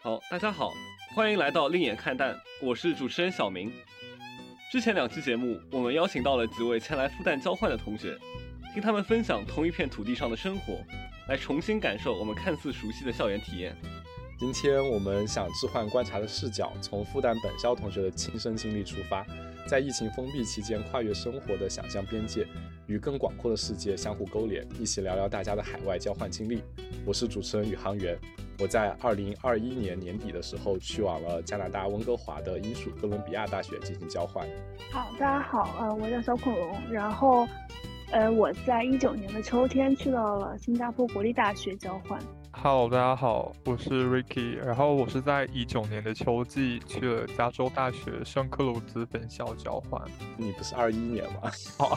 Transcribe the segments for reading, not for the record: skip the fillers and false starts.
好，大家好，欢迎来到另眼看淡，我是主持人小明。之前2期节目，我们邀请到了几位前来复旦交换的同学，听他们分享同一片土地上的生活，来重新感受我们看似熟悉的校园体验。 今天我们想置换观察的视角，从复旦本校同学的亲身经历出发，在疫情封闭期间跨越生活的想象边界，与更广阔的世界相互勾连，一起聊聊大家的海外交换经历。我是主持人宇航员，我在2021年年底的时候去往了加拿大温哥华的英属哥伦比亚大学进行交换。 好，大家好，我叫小恐龙，然后我在19年的秋天去到了新加坡国立大学交换。 Hello， 大家好，我是 Ricky， 然后我是在19年的秋季去了加州大学圣克鲁兹分校交换。 你不是21年吗？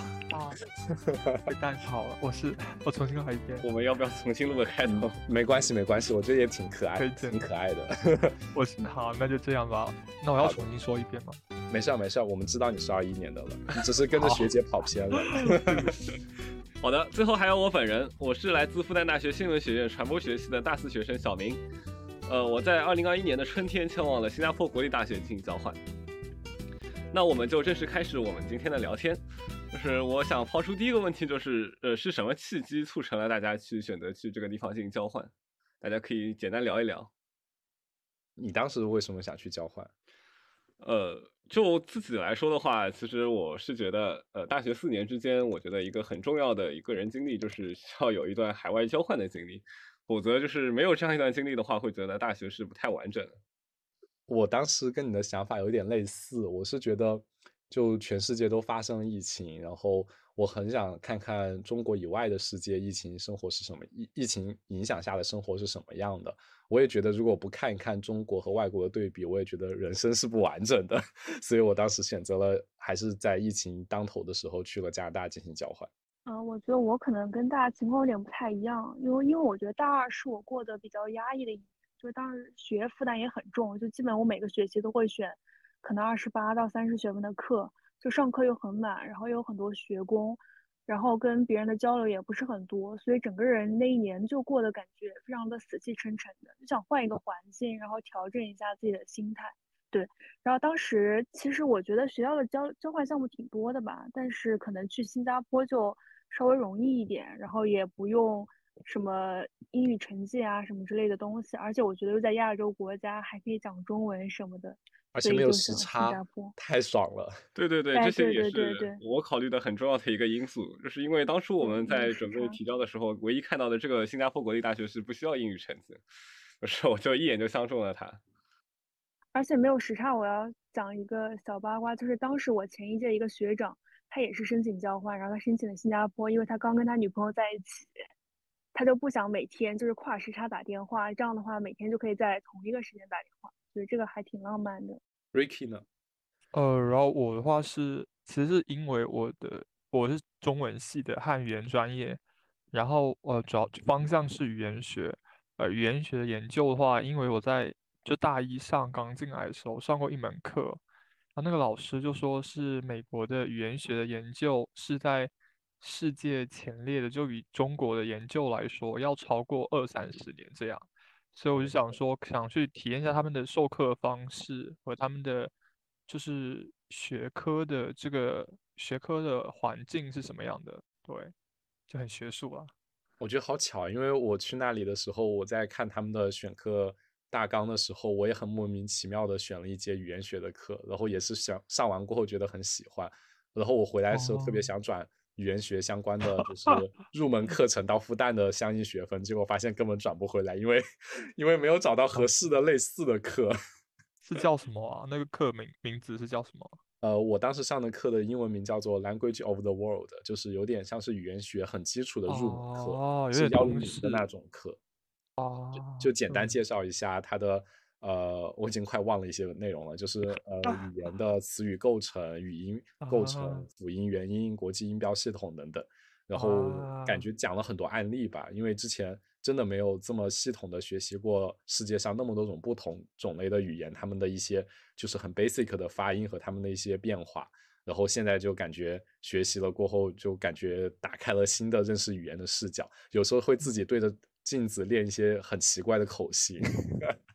但好了，我重新来一遍。 我们要不要重新录个开头？ 没关系，我觉得也挺可爱的，挺可爱的。 好，那就这样吧。那我要重新说一遍吗？ 没事，我们知道你是21年的了，你只是跟着学姐跑偏了。 好的，最后还有我本人，我是来自复旦大学新闻学院传播学系的大4学生小明。我在2021年的春天前往了新加坡国立大学进行交换。那我们就正式开始我们今天的聊天。就是我想抛出第一个问题，就是是什么契机促成了大家选择去这个地方进行交换？大家可以简单聊一聊。 你当时为什么想去交换？ 就自己来说的话，其实我是觉得，大学4年之间，我觉得一个很重要的一个人经历就是需要有一段海外交换的经历，否则就是没有这样一段经历的话，会觉得大学是不太完整的。 我当时跟你的想法有点类似，我是觉得就全世界都发生了疫情，然后我很想看看中国以外的世界疫情生活是什么，疫情影响下的生活是什么样的。我也觉得如果不看一看中国和外国的对比，我也觉得人生是不完整的，所以我当时选择了还是在疫情当头的时候去了加拿大进行交换。 我觉得我可能跟大家情况有点不太一样，因为我觉得大2是我过得比较压抑的一年，就是当时学业负担也很重，就基本我每个学期都会选可能28到30学分的课，就上课又很满，然后又有很多学工，然后跟别人的交流也不是很多，所以整个人那一年就过得感觉非常的死气沉沉的，就想换一个环境，然后调整一下自己的心态。对，然后当时其实我觉得学校的交换项目挺多的吧，但是可能去新加坡就稍微容易一点，然后也不用什么英语成绩啊什么之类的东西，而且我觉得又在亚洲国家还可以讲中文什么的， 而且没有时差，太爽了。 对，这些也是我考虑的很重要的一个因素，就是因为当初我们在准备提交的时候，唯一看到的这个新加坡国立大学是不需要英语成绩，我就一眼就相中了它。 而且没有时差，我要讲一个小八卦，就是当时我前一届一个学长，他也是申请交换，然后他申请了新加坡，因为他刚跟他女朋友在一起，他就不想每天就是跨时差打电话，这样的话每天就可以在同一个时间打电话，所以这个还挺浪漫的。 Ricky 呢？ 然后我的话其实是因为我是中文系的汉语言专业，然后主要方向是语言学，语言学的研究的话，因为我在就大1上刚进来的时候上过一门课，然后那个老师就说是美国的语言学的研究是在世界前列的，就以中国的研究来说要超过20-30年这样，所以我就想说想去体验一下他们的授课方式和他们的就是学科的环境是什么样的，对，就很学术啊。 我觉得好巧，因为我去那里的时候，我在看他们的选课大纲的时候，我也很莫名其妙的选了一节语言学的课，然后也是上完过后觉得很喜欢，然后我回来的时候特别想转语言学相关的就是入门课程到复旦的相应学分，结果发现根本转不回来，因为没有找到合适的类似的课。 是叫什么啊？那个课名字是叫什么？ 我当时上的课的英文名叫做 Language of the World， 就是有点像是语言学很基础的入门课，是105的那种课。就简单介绍一下它的我已经快忘了一些内容了，就是语言的词语构成、语音构成、辅音、元音、国际音标系统等等。然后感觉讲了很多案例吧，因为之前真的没有这么系统的学习过世界上那么多种不同种类的语言，他们的一些就是很 basic 的发音和他们的一些变化。然后现在就感觉学习了过后，就感觉打开了新的认识语言的视角，有时候会自己对着镜子练一些很奇怪的口型。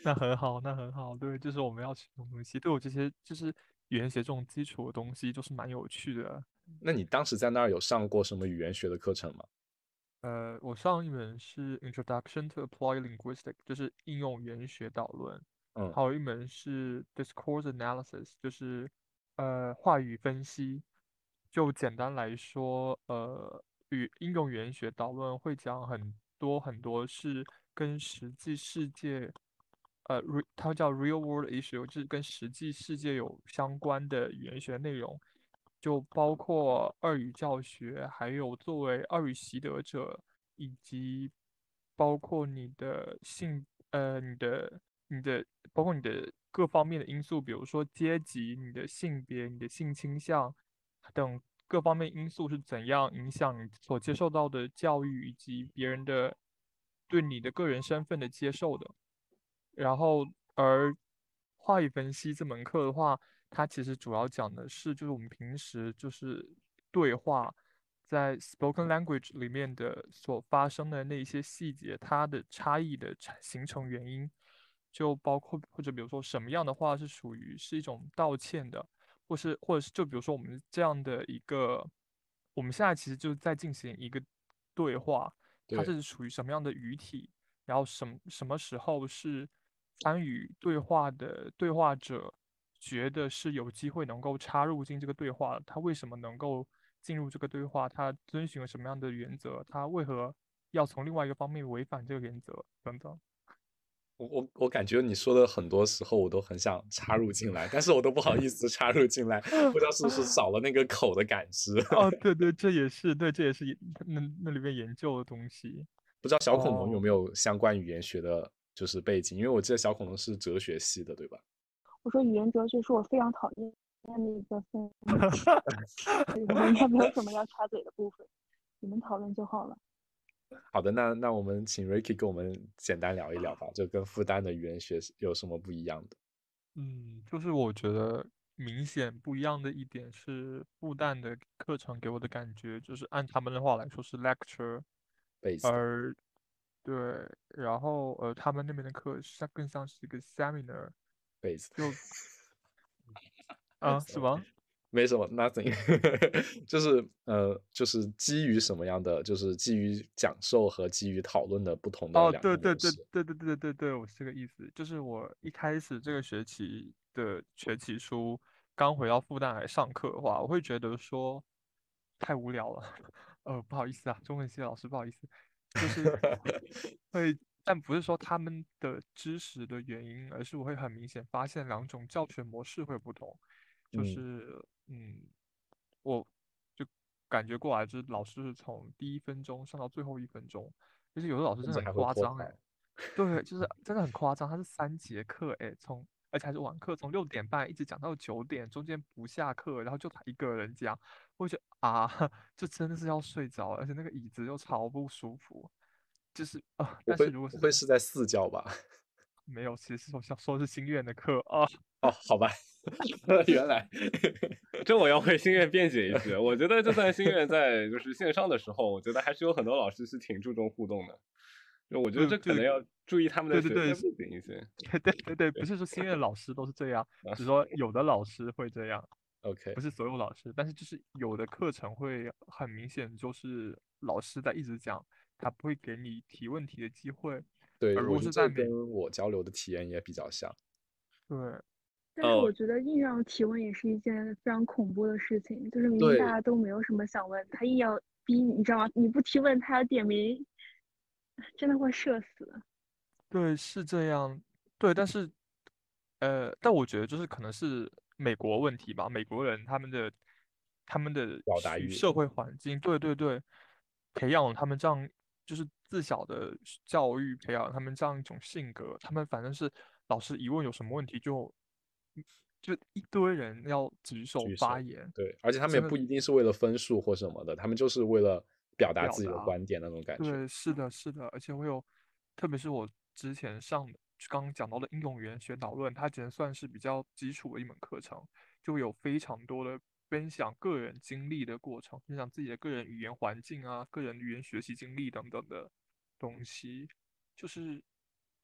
那很好，那很好。对，这是我们要学的东西。对我这些就是语言学这种基础的东西，就是蛮有趣的。 那你当时在那儿有上过什么语言学的课程吗？ 我上一门是 Introduction to Applied Linguistics，就是应用语言学导论， 嗯， 还有一门是 Discourse Analysis，就是话语分析。就简单来说，应用语言学导论会讲很多很多是跟实际世界，它叫 real world issue，就是跟实际世界有相关的语言学内容。就包括二语教学，还有作为二语习得者，以及包括你的，包括你的各方面的因素，比如说阶级、你的性别、你的性倾向等各方面因素是怎样影响你所接受到的教育，以及别人的对你的个人身份的接受的。然后，而话语分析这门课的话，它其实主要讲的是，就是我们平时就是对话，在 spoken language 里面的所发生的那一些细节，它的差异的形成原因，就包括或者比如说什么样的话是属于是一种道歉的，或者是就比如说我们这样的一个，我们现在其实就是在进行一个对话，它对是属于什么样的语体？然后什么时候是参与对话的对话者觉得是有机会能够插入进这个对话，他为什么能够进入这个对话？他遵循了什么样的原则？他为何要从另外一个方面违反这个原则？等等。 我感觉你说的很多时候我都很想插入进来，但是我都不好意思插入进来，不知道是不是少了那个口的感知。 哦，对对，这也是对，这也是那里面研究的东西。 不知道小恐龙有哦， 没有相关语言学的，就是背景？因为我记得小恐龙是哲学系的，对吧？ 我说语言哲学是我非常讨厌的一个分支，所以我应该没有什么要插嘴的部分，你们讨论就好了。 好的，那我们请 Ricky 跟我们简单聊一聊吧，就跟复旦的语言学有什么不一样的就是我觉得明显不一样的一点是，复旦的课程给我的感觉就是按他们的话来说是 lecture， ？base 的而对，然后他们那边的课更像是一个 seminar， base 的就啊是吗？ 没什么，nothing，就是基于什么样的，就是基于讲授和基于讨论的不同的哦， 两对对对个模式。 对对对对对，我是这个意思。就是我一开始这个学期的学期初刚回到复旦来上课的话，我会觉得说太无聊了。不好意思啊，中文系的老师不好意思，就是会，但不是说他们的知识的原因，而是我会很明显发现两种教学模式会有不同。就嗯， 是我就感觉过来，就是老师是从第一分钟上到最后一分钟。就是有的老师真的很甚至还会夸张哎， 脱考。 对，就是真的很夸张，他是3节课哎，而且还是晚课，从6点半一直讲到9点，中间不下课，然后就他一个人讲，我就觉得啊，这真的是要睡着了，而且那个椅子又超不舒服，就是但是不会如果是不会是在四教吧？ 没有，其实我想说的是心愿的课啊。 哦，好吧，原来这我要为心愿辩解一句，我觉得就算心愿在就是线上的时候，我觉得还是有很多老师是挺注重互动的。就我觉得这可能要注意他们的对对对学科背景一些。 对对对对，不是说心愿老师都是这样，只是说有的老师会这样。 OK， 不是所有老师，但是就是有的课程会很明显，就是老师在一直讲，他不会给你提问题的机会。而对， 如我觉得这果是在美， 跟我交流的体验也比较像。 对但是哦， 我觉得硬要提问也是一件非常恐怖的事情，就是明明大对， 家都没有什么想问，他硬要逼你，你知道吗？你不提问，他要点名，真的会社死。 对是这样，对，但我觉得就是可能是美国问题吧，美国人他们的表达欲， 社会环境，对对对，培养了他们这样就是自小的教育，培养他们这样一种性格，他们反正是老师一问有什么问题就一堆人要举手举手， 发言， 对，而且他们也真的不一定是为了分数或什么的，他们就是为了表达自己的表达。 观点那种感觉。 对，是的，是的，而且会有，特别是我之前上的，刚刚讲到的应用语言学导论，它只能算是比较基础的一门课程，就会有非常多的分享个人经历的过程，分享自己的个人语言环境啊、个人语言学习经历等等的东西，就是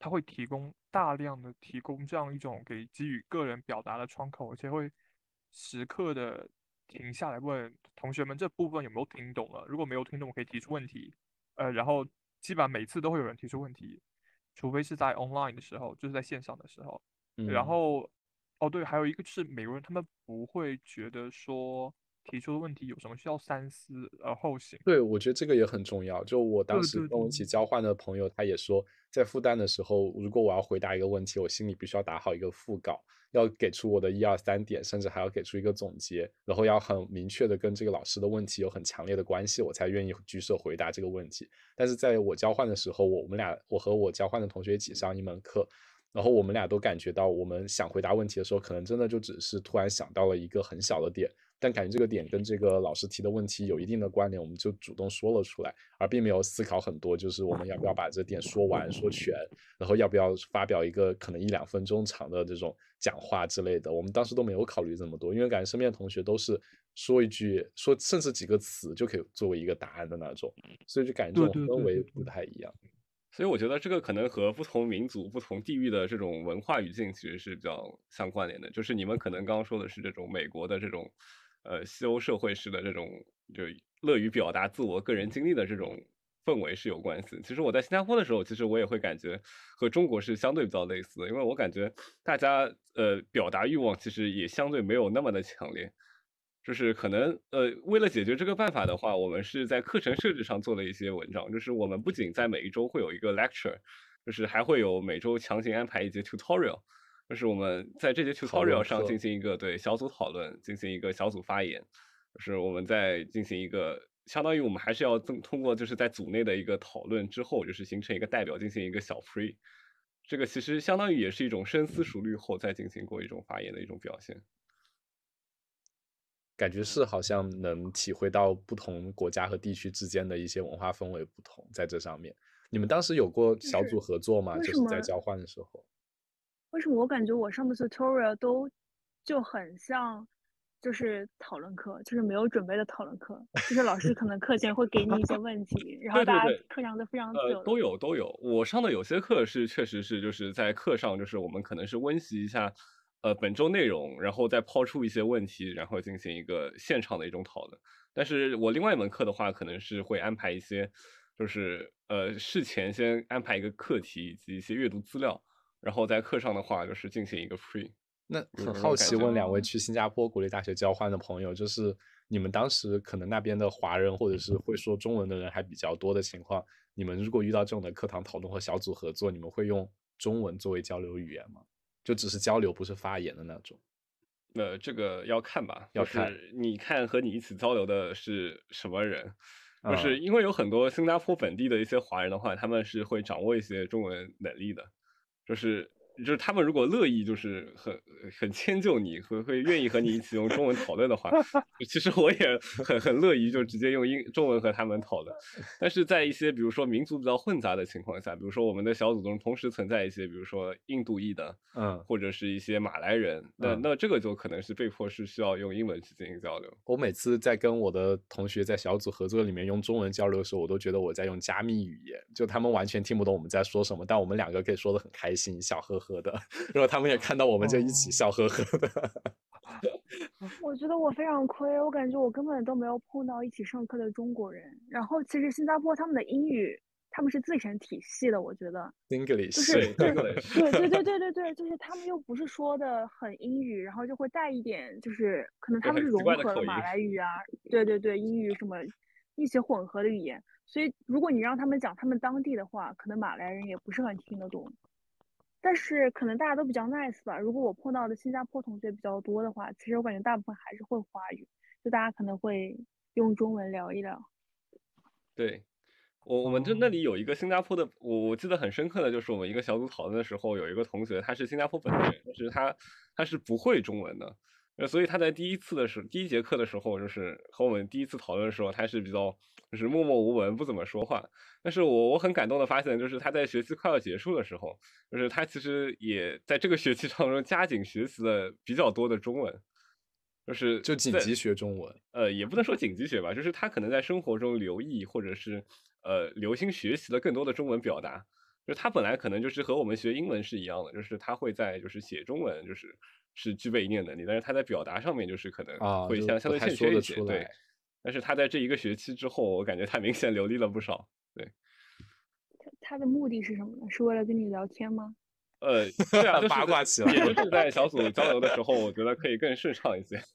它会大量的提供这样一种给予个人表达的窗口，而且会时刻的停下来问同学们这部分有没有听懂了，如果没有听懂可以提出问题，然后基本上每次都会有人提出问题，除非是在 online 的时候，就是在线上的时候。然后，哦对，还有一个是美国人他们不会觉得说提出的问题有什么需要三思后行。 对，我觉得这个也很重要。就我当时对跟我一起交换的朋友，他也说，在复旦的时候，如果我要回答一个问题，我心里必须要打好一个副稿，要给出我的1、2、3点，甚至还要给出一个总结，然后要很明确的跟这个老师的问题有很强烈的关系，我才愿意举手回答这个问题。但是在我交换的时候，我和我交换的同学一起上一门课，然后我们俩都感觉到，我们想回答问题的时候，可能真的就只是突然想到了一个很小的点，但感觉这个点跟这个老师提的问题有一定的关联，我们就主动说了出来，而并没有思考很多，就是我们要不要把这点说完说全，然后要不要发表一个可能1、2分钟长的这种讲话之类的，我们当时都没有考虑这么多，因为感觉身边的同学都是说一句，说甚至几个词就可以作为一个答案的那种，所以就感觉这种氛围不太一样。 所以我觉得这个可能和不同民族、不同地域的这种文化语境其实是比较相关联的。就是你们可能刚刚说的是这种美国的这种，西欧社会式的这种就乐于表达自我个人经历的这种氛围是有关系。其实我在新加坡的时候，其实我也会感觉和中国是相对比较类似的，因为我感觉大家表达欲望其实也相对没有那么的强烈。就是可能为了解决这个办法的话，我们是在课程设置上做了一些文章，就是我们不仅在每一周会有一个 lecture，就是还会有每周强行安排一节 tutorial，就是我们在这节 tutorial 上进行一个小组讨论，进行一个小组发言，就是我们在进行一个相当于我们还是要通过就是在组内的一个讨论之后，就是形成一个代表进行一个小 pre， 这个其实相当于也是一种深思熟虑后再进行过一种发言的一种表现。 感觉是好像能体会到不同国家和地区之间的一些文化氛围不同，在这上面。你们当时有过小组合作吗？就是在交换的时候。 为什么我感觉我上的 tutorial 都就很像就是讨论课，就是没有准备的讨论课，就是老师可能课前会给你一些问题，然后大家课上都非常自由。 都有。我上的有些课是确实是就是在课上，就是我们可能是温习一下本周内容，然后再抛出一些问题，然后进行一个现场的一种讨论。但是我另外一门课的话，可能是会安排一些，就是事前先安排一个课题以及一些阅读资料，然后在课上的话就是进行一个 pre。 那很好奇问2位去新加坡国立大学交换的朋友，就是你们当时可能那边的华人或者是会说中文的人还比较多的情况，你们如果遇到这种的课堂讨论和小组合作，你们会用中文作为交流语言吗？就只是交流，不是发言的那种。 这个要看吧， 要看就是你看和你一起交流的是什么人，就是因为有很多新加坡本地的一些华人的话，他们是会掌握一些中文能力的，就是他们如果乐意，就是很迁就你，会愿意和你一起用中文讨论的话，其实我也很乐意就直接用中文和他们讨论。但是在一些比如说民族比较混杂的情况下，比如说我们的小组中同时存在一些比如说印度裔的，或者是一些马来人，那这个就可能是被迫是需要用英文去进行交流。 我每次在跟我的同学在小组合作里面用中文交流的时候，我都觉得我在用加密语言，就他们完全听不懂我们在说什么，但我们2个可以说得很开心，笑呵呵的，然后他们也看到我们就一起笑呵呵的。 我觉得我非常亏，我感觉我根本都没有碰到一起上课的中国人。然后其实新加坡他们的英语，他们是自成体系的，我觉得。 English。 对，就是他们又不是说的很英语，然后就会带一点，就是可能他们是融合了马来语啊，对，英语什么一些混合的语言。所以如果你让他们讲他们当地的话，可能马来人也不是很听得懂。但是可能大家都比较 nice 吧。如果我碰到的新加坡同学比较多的话，其实我感觉大部分还是会华语，就大家可能会用中文聊一聊。 对，我们就那里有一个新加坡的，我记得很深刻的就是我们一个小组讨论的时候，有一个同学他是新加坡本地人，但是他是不会中文的，所以他在第一节课的时候，就是和我们第一次讨论的时候，他是比较就是默默无闻，不怎么说话。但是我很感动的发现，就是他在学期快要结束的时候，就是他其实也在这个学期当中加紧学习了比较多的中文， 就紧急学中文。 也不能说紧急学吧，就是他可能在生活中留意或者是留心学习了更多的中文表达。 就他本来可能就是和我们学英文是一样的，就是他会在就是写中文是具备一定能力，但是他在表达上面就是可能会相对欠缺一些，对。但是他在这1个学期之后，我感觉他明显流利了不少，对。 他的目的是什么呢？是为了跟你聊天吗？ 对啊， 八卦起来， 也就是在小组交流的时候，我觉得可以更顺畅一些。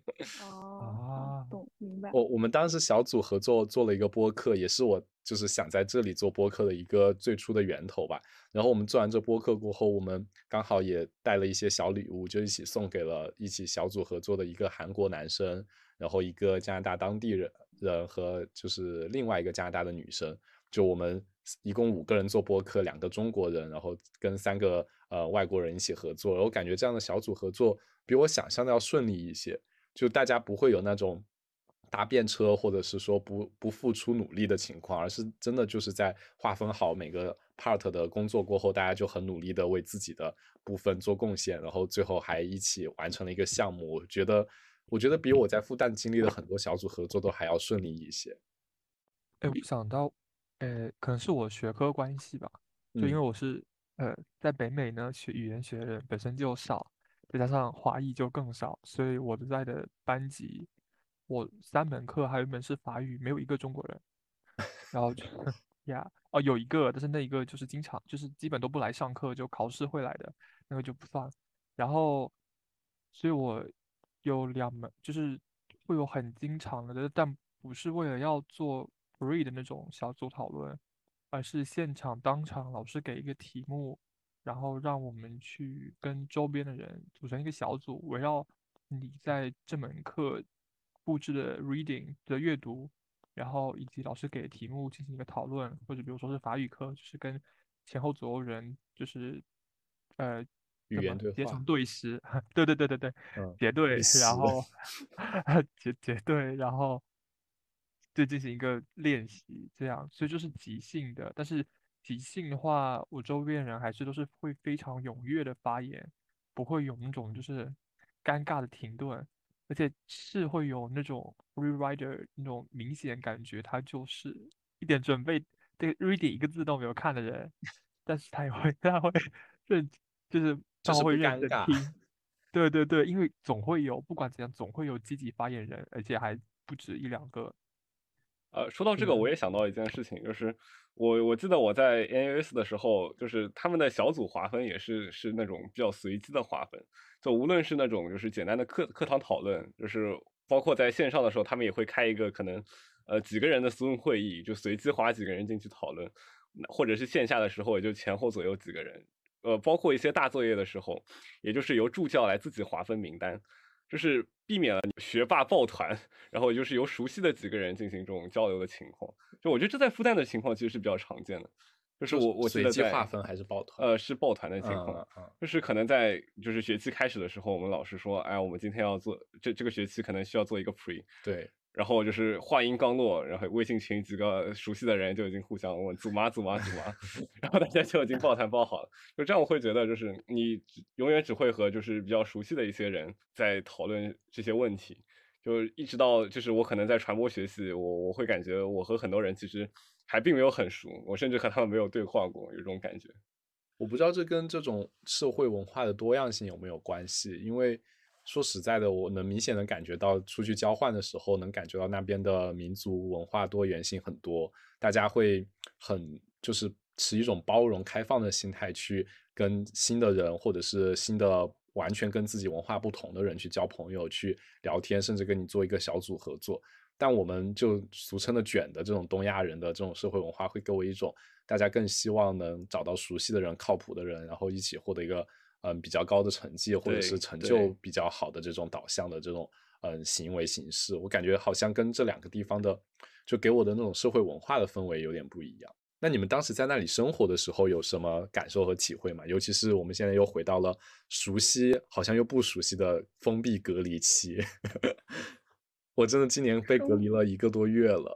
懂，明白。 我们当时小组合作做了一个播客，也是我就是想在这里做播客的一个最初的源头吧。然后我们做完这播客过后，我们刚好也带了一些小礼物，就一起送给了一起小组合作的一个韩国男生，然后一个加拿大当地人和就是另外一个加拿大的女生。就我们一共5个人做播客，2个中国人，然后跟3个外国人一起合作。然后感觉这样的小组合作比我想象的要顺利一些，就大家不会有那种搭便车或者是说不付出努力的情况，而是真的就是在划分好每个 part 的工作过后，大家就很努力的为自己的部分做贡献，然后最后还一起完成了一个项目。我觉得比我在复旦经历的很多小组合作都还要顺利一些。 我想到可能是我学科关系吧，就因为我是在北美呢，学语言学的人本身就少，再加上华裔就更少，所以我在的班级，我3门课还有1门是法语，没有一个中国人，然后就呀有一个，但是那一个就是经常就是基本都不来上课，就考试会来的那个就不算。然后，所以我有2门，就是会有很经常的，但不是为了要做 free 的那种小组讨论，而是现场当场老师给一个题目，然后让我们去跟周边的人组成一个小组，围绕你在这门课布置的 reading 的阅读，然后以及老师给的题目进行一个讨论，或者比如说是法语课，就是跟前后左右人就是语言对话， 结成对诗，对对对对对，结对，然后结对，然后对进行一个练习，这样，所以就是即兴的。但是即兴的话，我周边人还是都是会非常踊跃的发言，不会有那种就是尴尬的停顿，而且是会有那种 rewriter 那种明显感觉，他就是一点准备对 reading 一个字都没有看的人，但是他会认，就是他会认真听。对对对，因为总会有，不管怎样，总会有积极发言人，而且还不止1、2个。 说到这个，我也想到一件事情，就是我记得我在 NAS 的时候，就是他们的小组划分也是那种比较随机的划分，就无论是那种就是简单的课堂讨论，就是包括在线上的时候，他们也会开一个可能几个人的 Zoom 会议，就随机划几个人进去讨论，或者是线下的时候也就前后左右几个人，包括一些大作业的时候，也就是由助教来自己划分名单。就是避免了学霸抱团，然后就是由熟悉的几个人进行这种交流的情况。就我觉得这在复旦的情况其实是比较常见的，就是我记得随机划分还是抱团？ 是抱团的情况，就是可能在就是学期开始的时候，我们老师说，哎，我们今天要做这个学期可能需要做一个 pre， 对。 然后就是话音刚落，然后微信群几个熟悉的人就已经互相问组吗，然后大家就已经抱团抱好了。就这样，我会觉得就是你永远只会和就是比较熟悉的一些人在讨论这些问题，就一直到就是我可能在传播学系，我会感觉我和很多人其实还并没有很熟，我甚至和他们没有对话过，有这种感觉。 我不知道这跟这种社会文化的多样性有没有关系，因为说实在的，我能明显的感觉到出去交换的时候，能感觉到那边的民族文化多元性很多，大家会就是持一种包容开放的心态去跟新的人或者是新的完全跟自己文化不同的人去交朋友去聊天，甚至跟你做一个小组合作。但我们就俗称的卷的这种东亚人的这种社会文化会给我一种大家更希望能找到熟悉的人靠谱的人，然后一起获得一个比较高的成绩或者是成就比较好的这种导向的这种行为形式。我感觉好像跟这2个地方的就给我的那种社会文化的氛围有点不一样。那你们当时在那里生活的时候有什么感受和体会吗？尤其是我们现在又回到了熟悉好像又不熟悉的封闭隔离期我真的今年被隔离了1个多月了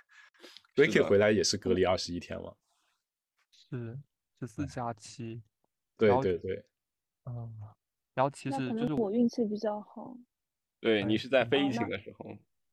Ricky 回来也是隔离21天了， 是14+7， 对对对， 然后其实就是我运气比较好。 对，你是在非疫情的时候。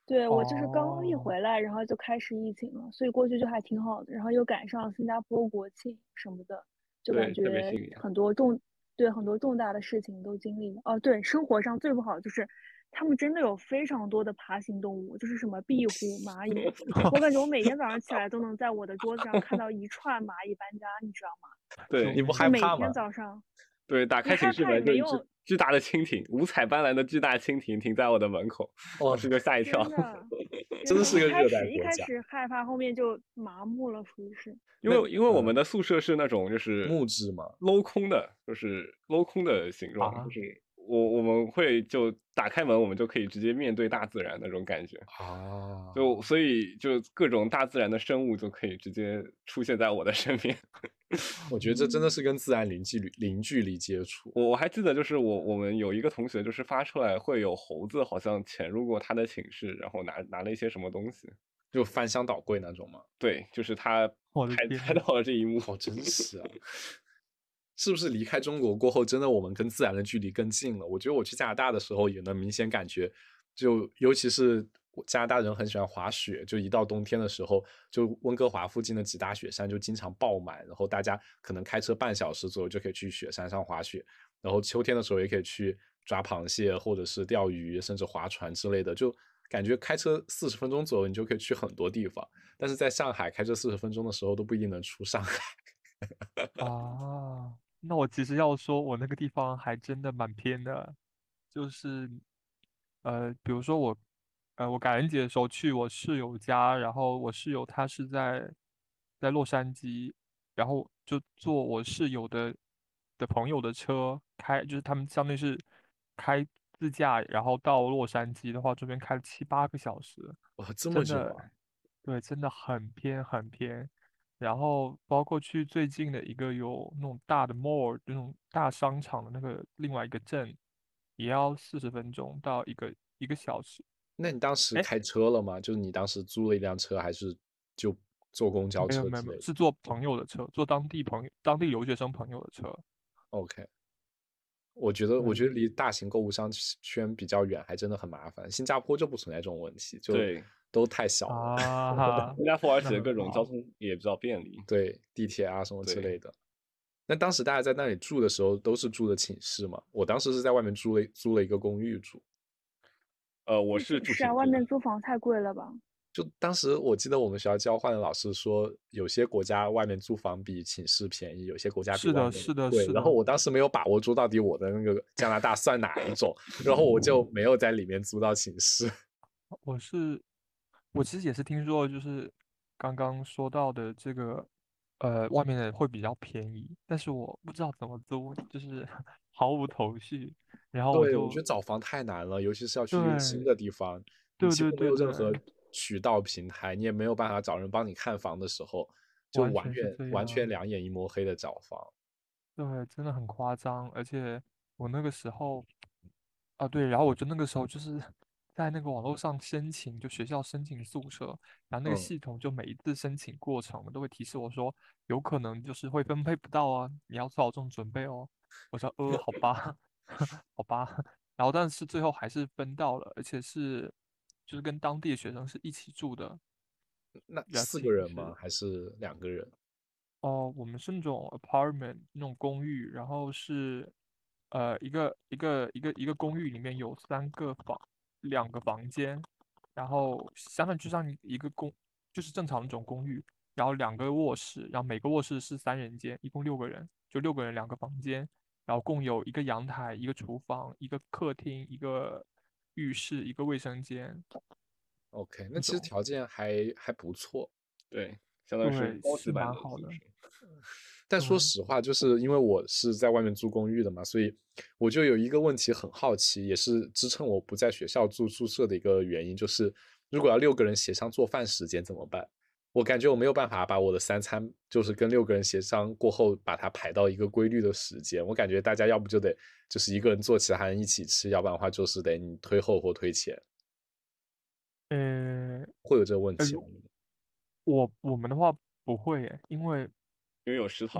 对，我就是刚一哦回来，然后就开始疫情了，所以过去就还挺好的，然后又赶上新加坡国庆什么的，就感对，特别觉幸运。 对，很多重大的事情都经历了。哦，对，生活上最不好就是他们真的有非常多的爬行动物，就是什么壁虎、蚂蚁，我感觉我每天早上起来都能在我的桌子上看到一串蚂蚁搬家，你知道吗？ 对， 你不就每天害怕吗？ 早上， 对，打开寝你害怕也室门就一只没用， 巨大的蜻蜓，五彩斑斓的巨大蜻蜓停在我的门口， 哦， 当时就吓一跳。 真的， 真的真的， 是个热带一国家， 开始害怕，后面就麻木了，属于是。 那因为我们的宿舍是那种就是木质嘛， 镂空的，就是镂空的形状，就啊， 是我们会就打开门，我们就可以直接面对大自然那种感觉。 啊， 所以就各种大自然的生物就可以直接出现在我的身边。 我觉得这真的是跟自然零距离接触。 我还记得，就是我们有一个同学，就是发出来会有猴子好像潜入过他的寝室，然后拿了一些什么东西。 就翻箱倒柜那种吗？ 对，就是他我的天呐， 拍到了这一幕。 好真实啊！是不是离开中国过后，真的我们跟自然的距离更近了？我觉得我去加拿大的时候也能明显感觉，就尤其是加拿大人很喜欢滑雪，就一到冬天的时候，就温哥华附近的几大雪山就经常爆满，然后大家可能开车半小时左右就可以去雪山上滑雪，然后秋天的时候也可以去抓螃蟹或者是钓鱼，甚至划船之类的，就感觉开车40分钟左右你就可以去很多地方。但是在上海开车40分钟的时候都不一定能出上海。 啊，那我其实要说，我那个地方还真的蛮偏的，就是比如说我感恩节的时候去我室友家，然后我室友他是在洛杉矶，然后就坐我室友的朋友的车开，就是他们相当于是开自驾，然后到洛杉矶的话，这边开了7、8个小时， 哇，这么真的， 久啊！ 对，真的很偏很偏。然后包括去最近的一个有那种大的 mall 那种大商场的那个另外一个镇，也要40分钟到一个小时。 那你当时哎， 开车了吗？就是你当时租了一辆车，还是就坐公交没有没有没有， 车之类的是坐朋友的车，坐当地留学生朋友的车。 ？OK，我觉得对， 离大型购物商圈比较远，还真的很麻烦。新加坡就不存在这种问题，就对， 都太小了。 啊哈， 新加坡而那且各很好。 种交通也比较便利。 对，地铁啊什么之对， 类的。那当时大家在那里住的时候，都是住的寝室嘛？我当时是在外面租了一个公寓住。 我住是住寝室啊，外寝室的。 面租房太贵了吧？ 就当时我记得我们学校交换的老师说，有些国家外面租房比寝室便宜，有些国家比是的， 外面是的， 贵。 是的， 然后我当时没有把握住到底我的那个加拿大算哪一种，然后我就没有在里面租到寝室。 我是我其实也是听说，就是刚刚说到的这个，外面的会比较便宜，但是我不知道怎么租，就是毫无头绪。然后我对，我觉就得找房太难了，尤其是要去一个新对的地方，你对对几乎没对对， 有任何渠道平台，你也没有办法找人帮你看房的时候，就完全是这完全样。 两眼一抹黑的找房。 对，真的很夸张，而且我那个时候，啊对，然后我就那个时候就是在那个网络上申请，就学校申请宿舍，然后那个嗯， 系统就每一次申请过程都会提示我说，有可能就是会分配不到啊，你要做好这种准备哦。我说好吧，好吧，然后但是最后还是分到了，而且是就是跟当地的学生是一起住的， 那然后四个人吗？ 寝室。 还是2个人？ 哦，我们是那种 apartment 那种公寓，然后是一个公寓里面有2个房间，然后相当于就像就是正常那种公寓，然后2个卧室，然后每个卧室是3人间，一共6个人，就6个人2个房间，然后共有一个阳台、一个厨房、一个客厅、一个浴室、一个卫生间 OK，那其实那种， 条件还不错。 对，相当于是对，是高级版蛮好的， 的宿舍。 但说对， 实话，就是因为我是在外面租公寓的嘛，所以我就有一个问题很好奇，也是支撑我不在学校住宿舍的一个原因，就是如果要6个人协商做饭时间怎么办？我感觉我没有办法把我的3餐就是跟6个人协商过后把它排到一个规律的时间。我感觉大家要不就得就是一个人做，其他人一起吃，要不然的话就是得你推后或推前， 呃。 会有这个问呃， 题吗？ 我们的话不会耶，因为因为有食堂。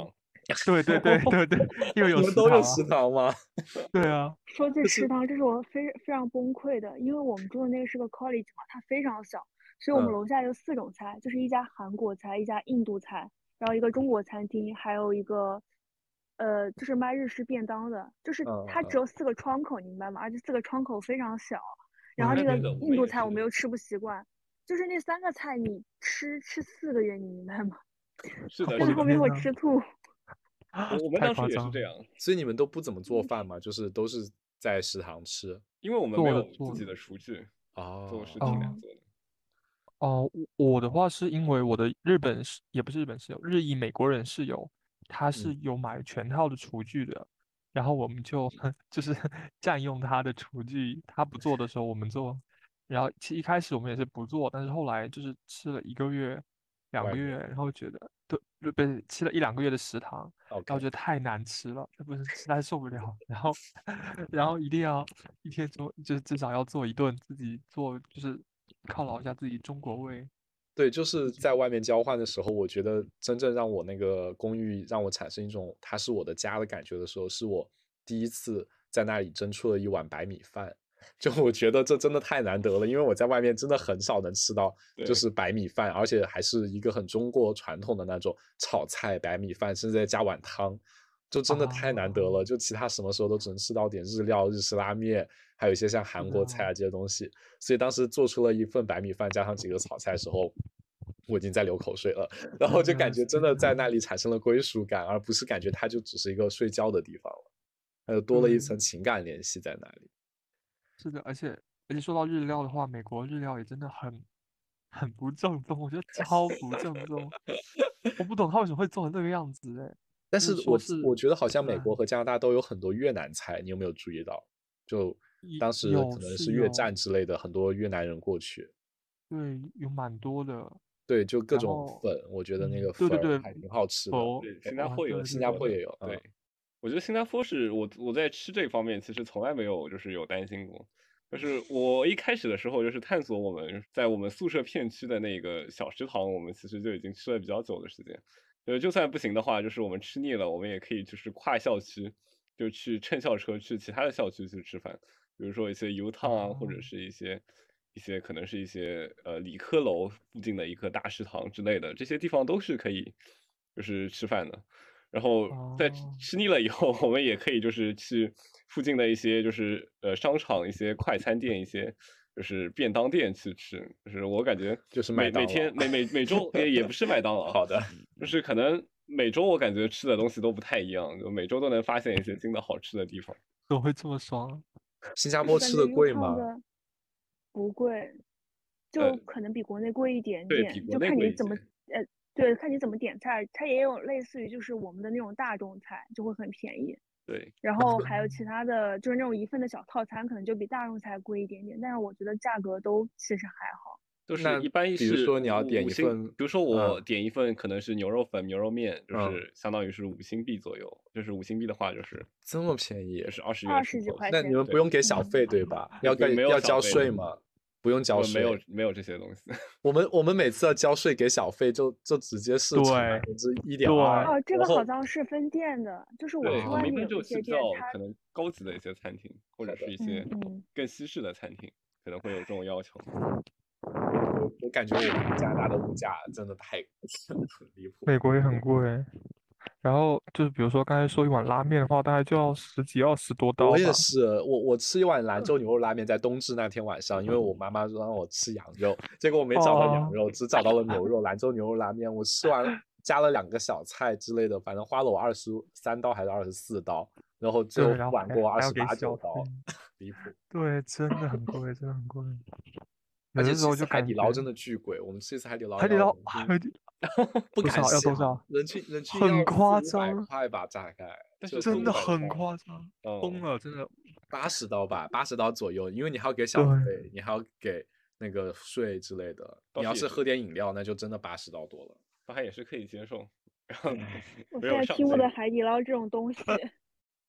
对对对对对，因为有你们都有食食堂吗？ 对啊。 说起食堂，这是我非常崩溃的，因为我们住的那个是个 college 嘛，它非常小，所以我们楼下有4种菜，就是一家韩国菜，一家印度菜，然后一个中国餐厅，还有一个就是卖日式便当的，就是它只有4个窗口，你明白吗？而且4个窗口非常小，然后那个印度菜我们又吃不习惯，就是那3个菜你吃4个月，你明白吗？ 是的， 吃到后面会吃吐。 我们当时也是这样， 所以你们都不怎么做饭吗？就是都是在食堂吃， 因为我们没有自己的厨具，做是挺难做的。 我的话是因为我的也不是日本室友，日裔美国人室友，他是有买全套的厨具的，然后我们就是占用他的厨具，他不做的时候我们做，然后其实一开始我们也是不做，但是后来就是吃了1个月、2个月，然后觉得对，吃了1-2个月的食堂，然后觉得太难吃了，不是实在受不了，然后一定要一天就是至少要做1顿，自己做就是犒劳一下自己中国胃。 对，就是在外面交换的时候，我觉得真正让我那个公寓让我产生一种它是我的家的感觉的时候，是我第一次在那里蒸出了1碗白米饭。就我觉得这真的太难得了，因为我在外面真的很少能吃到就是白米饭，而且还是一个很中国传统的那种炒菜白米饭，甚至再加碗汤，就真的太难得了。就其他什么时候都只能吃到点日料、日式拉面，还有一些像韩国菜啊这些东西。所以当时做出了1份白米饭加上几个炒菜的时候，我已经在流口水了，然后就感觉真的在那里产生了归属感，而不是感觉它就只是一个睡觉的地方了，还有多了一层情感联系在那里。 是的，而且说到日料的话，美国日料也真的很不正宗，我觉得超不正宗。我不懂他为什么会做成这个样子哎。 但是我觉得好像美国对和加拿大都有很多越南菜，你有没有注意到？就当时可能是越战之类的，很多越南人过去。 对，有蛮多的。 对，就各种粉，我觉得那个粉还挺好吃的。 对，新加坡也有。 对，我觉得新加坡是我在吃这方面其实从来没有就是有担心过。就是我一开始的时候就是探索我们在我们宿舍片区的那个小食堂，我们其实就已经吃了比较久的时间。就算不行的话，就是我们吃腻了，我们也可以就是跨校区，就去乘校车去其他的校区去吃饭，比如说一些油烫啊，或者是一些可能是一些理科楼附近的一个大食堂之类的，这些地方都是可以就是吃饭的。然后在吃腻了以后，我们也可以就是去附近的一些就是商场、一些快餐店、一些就是便当店去吃。就是我感觉就是每天每周也不是麦当劳， 好的， 就是可能每周我感觉吃的东西都不太一样，就每周都能发现一些新的好吃的地方。 怎么会这么爽？ 新加坡吃的贵吗？ 不贵，就可能比国内贵一点点， 对， 就看你怎么对，看你怎么点菜，它也有类似于就是我们的那种大众菜，就会很便宜。 对， 然后还有其他的，就是那种1份的小套餐，可能就比大众菜贵一点点，但是我觉得价格都其实还好。 就是一般比如说你要点一份， 比如说我点一份可能是牛肉粉、牛肉面，就是相当于是5新币左右。就是5新币的话，就是这么便宜， 就是20 几块钱。 那你们不用给小费对吧？要交税吗？不用交税， 没有这些东西。 我们每次要交税给小费，就直接是1.2%。 哦，这个好像是分店的，就是我去外面有一些店，它可能高级的一些餐厅，或者是一些更西式的餐厅，可能会有这种要求。 我感觉我们加拿大的物价真的太离谱， 美国也很贵。然后就是比如说刚才说1碗拉面的话，大概就要10几20多刀吧。 我也是，我吃1碗兰州牛肉拉面，在冬至那天晚上，因为我妈妈说让我吃羊肉，结果我没找到羊肉，只找到了牛肉。兰州牛肉拉面，我吃完加了2个小菜之类的，反正花了我23刀还是24刀，然后最后碗给我28、9刀，离谱。 对，真的很贵，真的很贵。 而且其实海底捞真的巨贵，我们吃一次海底捞不敢想，要多少？ 人均很夸张 ，500块吧，大概， 真的很夸张，疯了，真的。 80刀吧，80刀左右，因为你还要给小费，你还要给那个税之类的。你要是喝点饮料，那就真的80刀多了， 那还也是可以接受。 我现在听不得海底捞这种东西。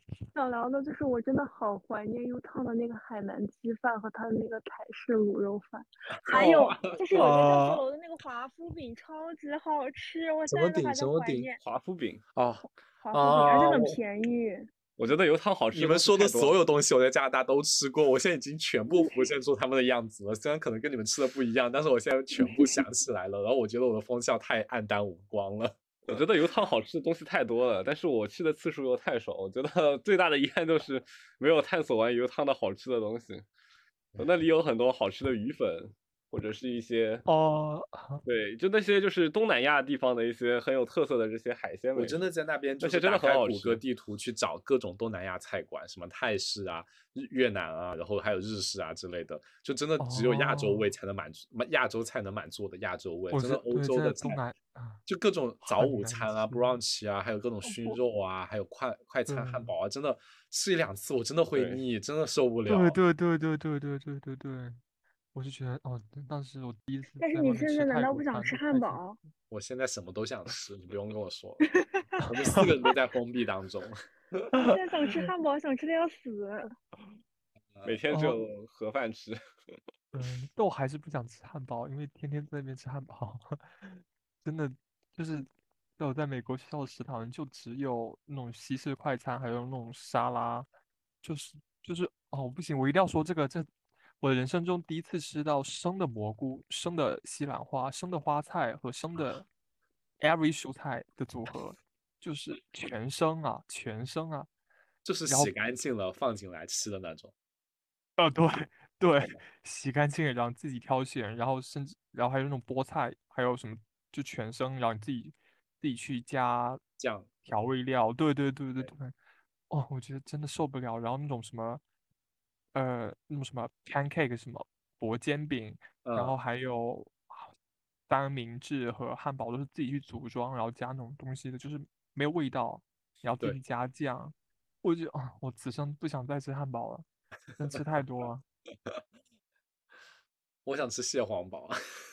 想聊的就是我真的好怀念 U 汤的那个海南鸡饭和它的那个台式卤肉饭，还有就是有一个教学楼的那个华夫饼，超级好吃，我什么饼？ 现在都还在什么饼？ 怀念。 华夫饼啊华夫饼，而且啊！ 很便宜。 我觉得油汤好吃的东西你们说的太多了。 所有东西，我在加拿大都吃过，我现在已经全部浮现出他们的样子了。虽然可能跟你们吃的不一样，但是我现在全部想起来了。然后我觉得我的风向太黯淡无光了。 我觉得油汤好吃的东西太多了，但是我去的次数又太少。我觉得最大的遗憾就是没有探索完油汤的好吃的东西。那里有很多好吃的鱼粉，或者是一些对，就那些就是东南亚地方的一些很有特色的这些海鲜美食。 我真的在那边就是真的很好吃。 谷歌地图去找各种东南亚菜馆，什么泰式啊、越南啊，然后还有日式啊之类的，就真的只有亚洲味才能满足，亚洲菜能满足我的亚洲味。真的欧洲的菜，就各种早午餐啊、brunch 啊，还有各种熏肉啊，还有快餐汉堡啊，真的吃1-2次我真的会腻，真的受不了。 对，我是觉得当时我第一次但是在外面你现在难吃泰国道不想吃餐都太幸汉堡？ 我现在什么都想吃，你不用跟我说了。我们4个人都在封闭当中。 我现在想吃汉堡，想吃的要死。 每天只有盒饭吃。 但我还是不想吃汉堡，因为天天在那边吃汉堡，真的就是在我在美国学校的食堂就只有那种西式快餐，还有那种沙拉，就是不行，我一定要说这我的人生中第一次吃到生的蘑菇、生的西兰花、生的花菜和生的 every 蔬菜的组合，就是全生啊，全生啊。 就是洗干净了放进来吃的那种。 对，洗干净，然后自己挑选，然后然后还有那种菠菜，还有什么就全生，然后你自己去加酱调味料。对。我觉得真的受不了。然后那种什么 pancake 什么薄煎饼，然后还有三明治和汉堡都是自己去组装，然后加那种东西的，就是没有味道，然后自己加酱。我就我此生不想再吃汉堡了，真吃太多了。 我想吃蟹黄堡。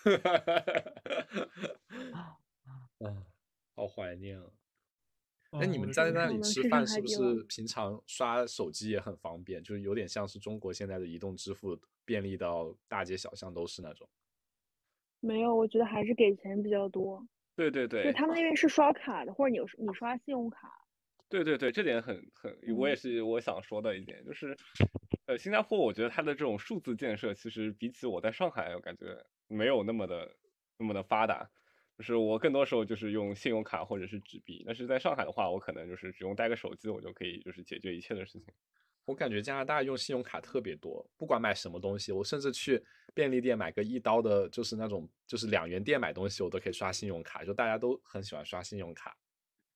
好怀念啊！哎，你们在那里吃饭是不是平常刷手机也很方便？就是有点像是中国现在的移动支付便利到大街小巷都是那种。 没有，我觉得还是给钱比较多。 对， 就他们那边是刷卡的，或者你刷信用卡。 对，这点我也是我想说的一点，就是新加坡我觉得它的这种数字建设其实比起我在上海我感觉没有那么的发达，就是我更多时候就是用信用卡或者是纸币，但是在上海的话我可能就是只用带个手机我就可以就是解决一切的事情。 我感觉加拿大用信用卡特别多，不管买什么东西，我甚至去便利店买个1刀的，就是那种就是2元店买东西，我都可以刷信用卡，就大家都很喜欢刷信用卡。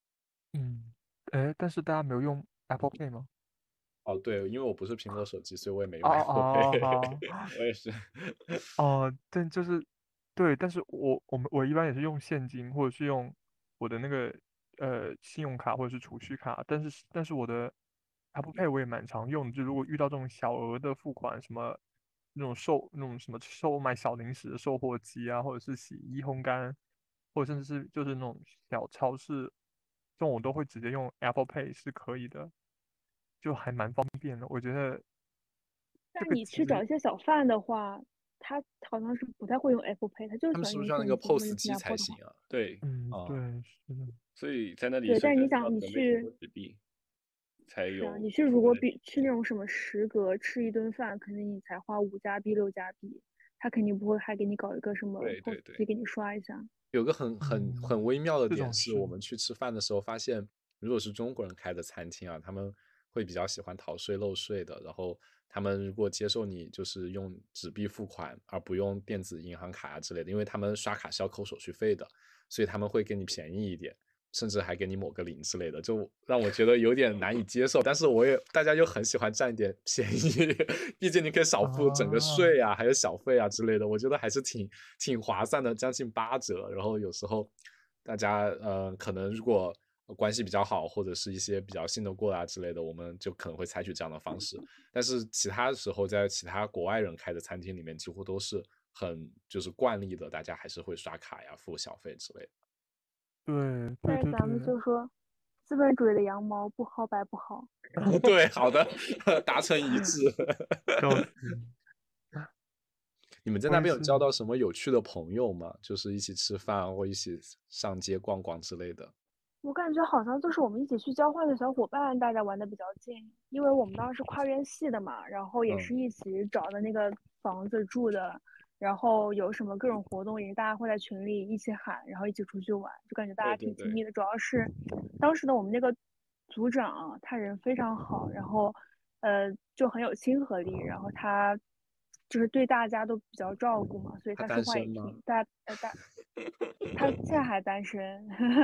但是大家没有用 Apple Pay 吗？ 对，因为我不是苹果手机，所以我也没用 Apple Pay。 我也是。 但就是对，但是我一般也是用现金，或者是用我的那个信用卡或者是储蓄卡，但是我的 Apple Pay 我也蛮常用的，就如果遇到这种小额的付款，什么那种什么售卖小零食的售货机啊，或者是洗衣烘干，或者甚至是就是那种小超市，这种我都会直接用 Apple Pay 是可以的，就还蛮方便的。我觉得这但你个其实去找一些小贩的话，他好像是不太会用 Apple Pay，他就喜欢他们是不是要那个用现金。 POS 机新加坡的话， 才行啊？ 对， 对，是的。 所以在那里对， 是真的但是你想，你要准备挺多去纸币才是啊， 有。 你去如果去那种什么食阁吃一顿饭，肯定你才花5加币6加币，他肯定不会还给你搞一个什么 POS 机给你刷一下。 有个很微妙的点是， 是我们去吃饭的时候发现，如果是中国人开的餐厅啊，他们会比较喜欢逃税漏税的。然后他们如果接受你就是用纸币付款，而不用电子银行卡啊之类的，因为他们刷卡是要扣手续费的，所以他们会给你便宜一点，甚至还给你抹个零之类的，就让我觉得有点难以接受。但是大家又很喜欢占点便宜，毕竟你可以少付整个税啊，还有小费啊之类的，我觉得还是挺划算的，将近8折。然后有时候大家可能如果关系比较好，或者是一些比较信得过啊之类的，我们就可能会采取这样的方式。但是其他时候在其他国外人开的餐厅里面，几乎都是很就是惯例的，大家还是会刷卡呀、付小费之类的。 但是咱们就说， 资本主义的羊毛不薅白不薅。 对，好的，达成一致。你们在那边有交到什么有趣的朋友吗？就是一起吃饭或一起上街逛逛之类的。 我感觉好像就是我们一起去交换的小伙伴，大家玩的比较近，因为我们当时跨院系的嘛，然后也是一起找的那个房子住的，然后有什么各种活动，也是大家会在群里一起喊，然后一起出去玩，就感觉大家挺亲密的。主要是当时的我们那个组长，他人非常好，然后就很有亲和力，然后他就是对大家都比较照顾嘛，所以他说话也挺他现在还单身。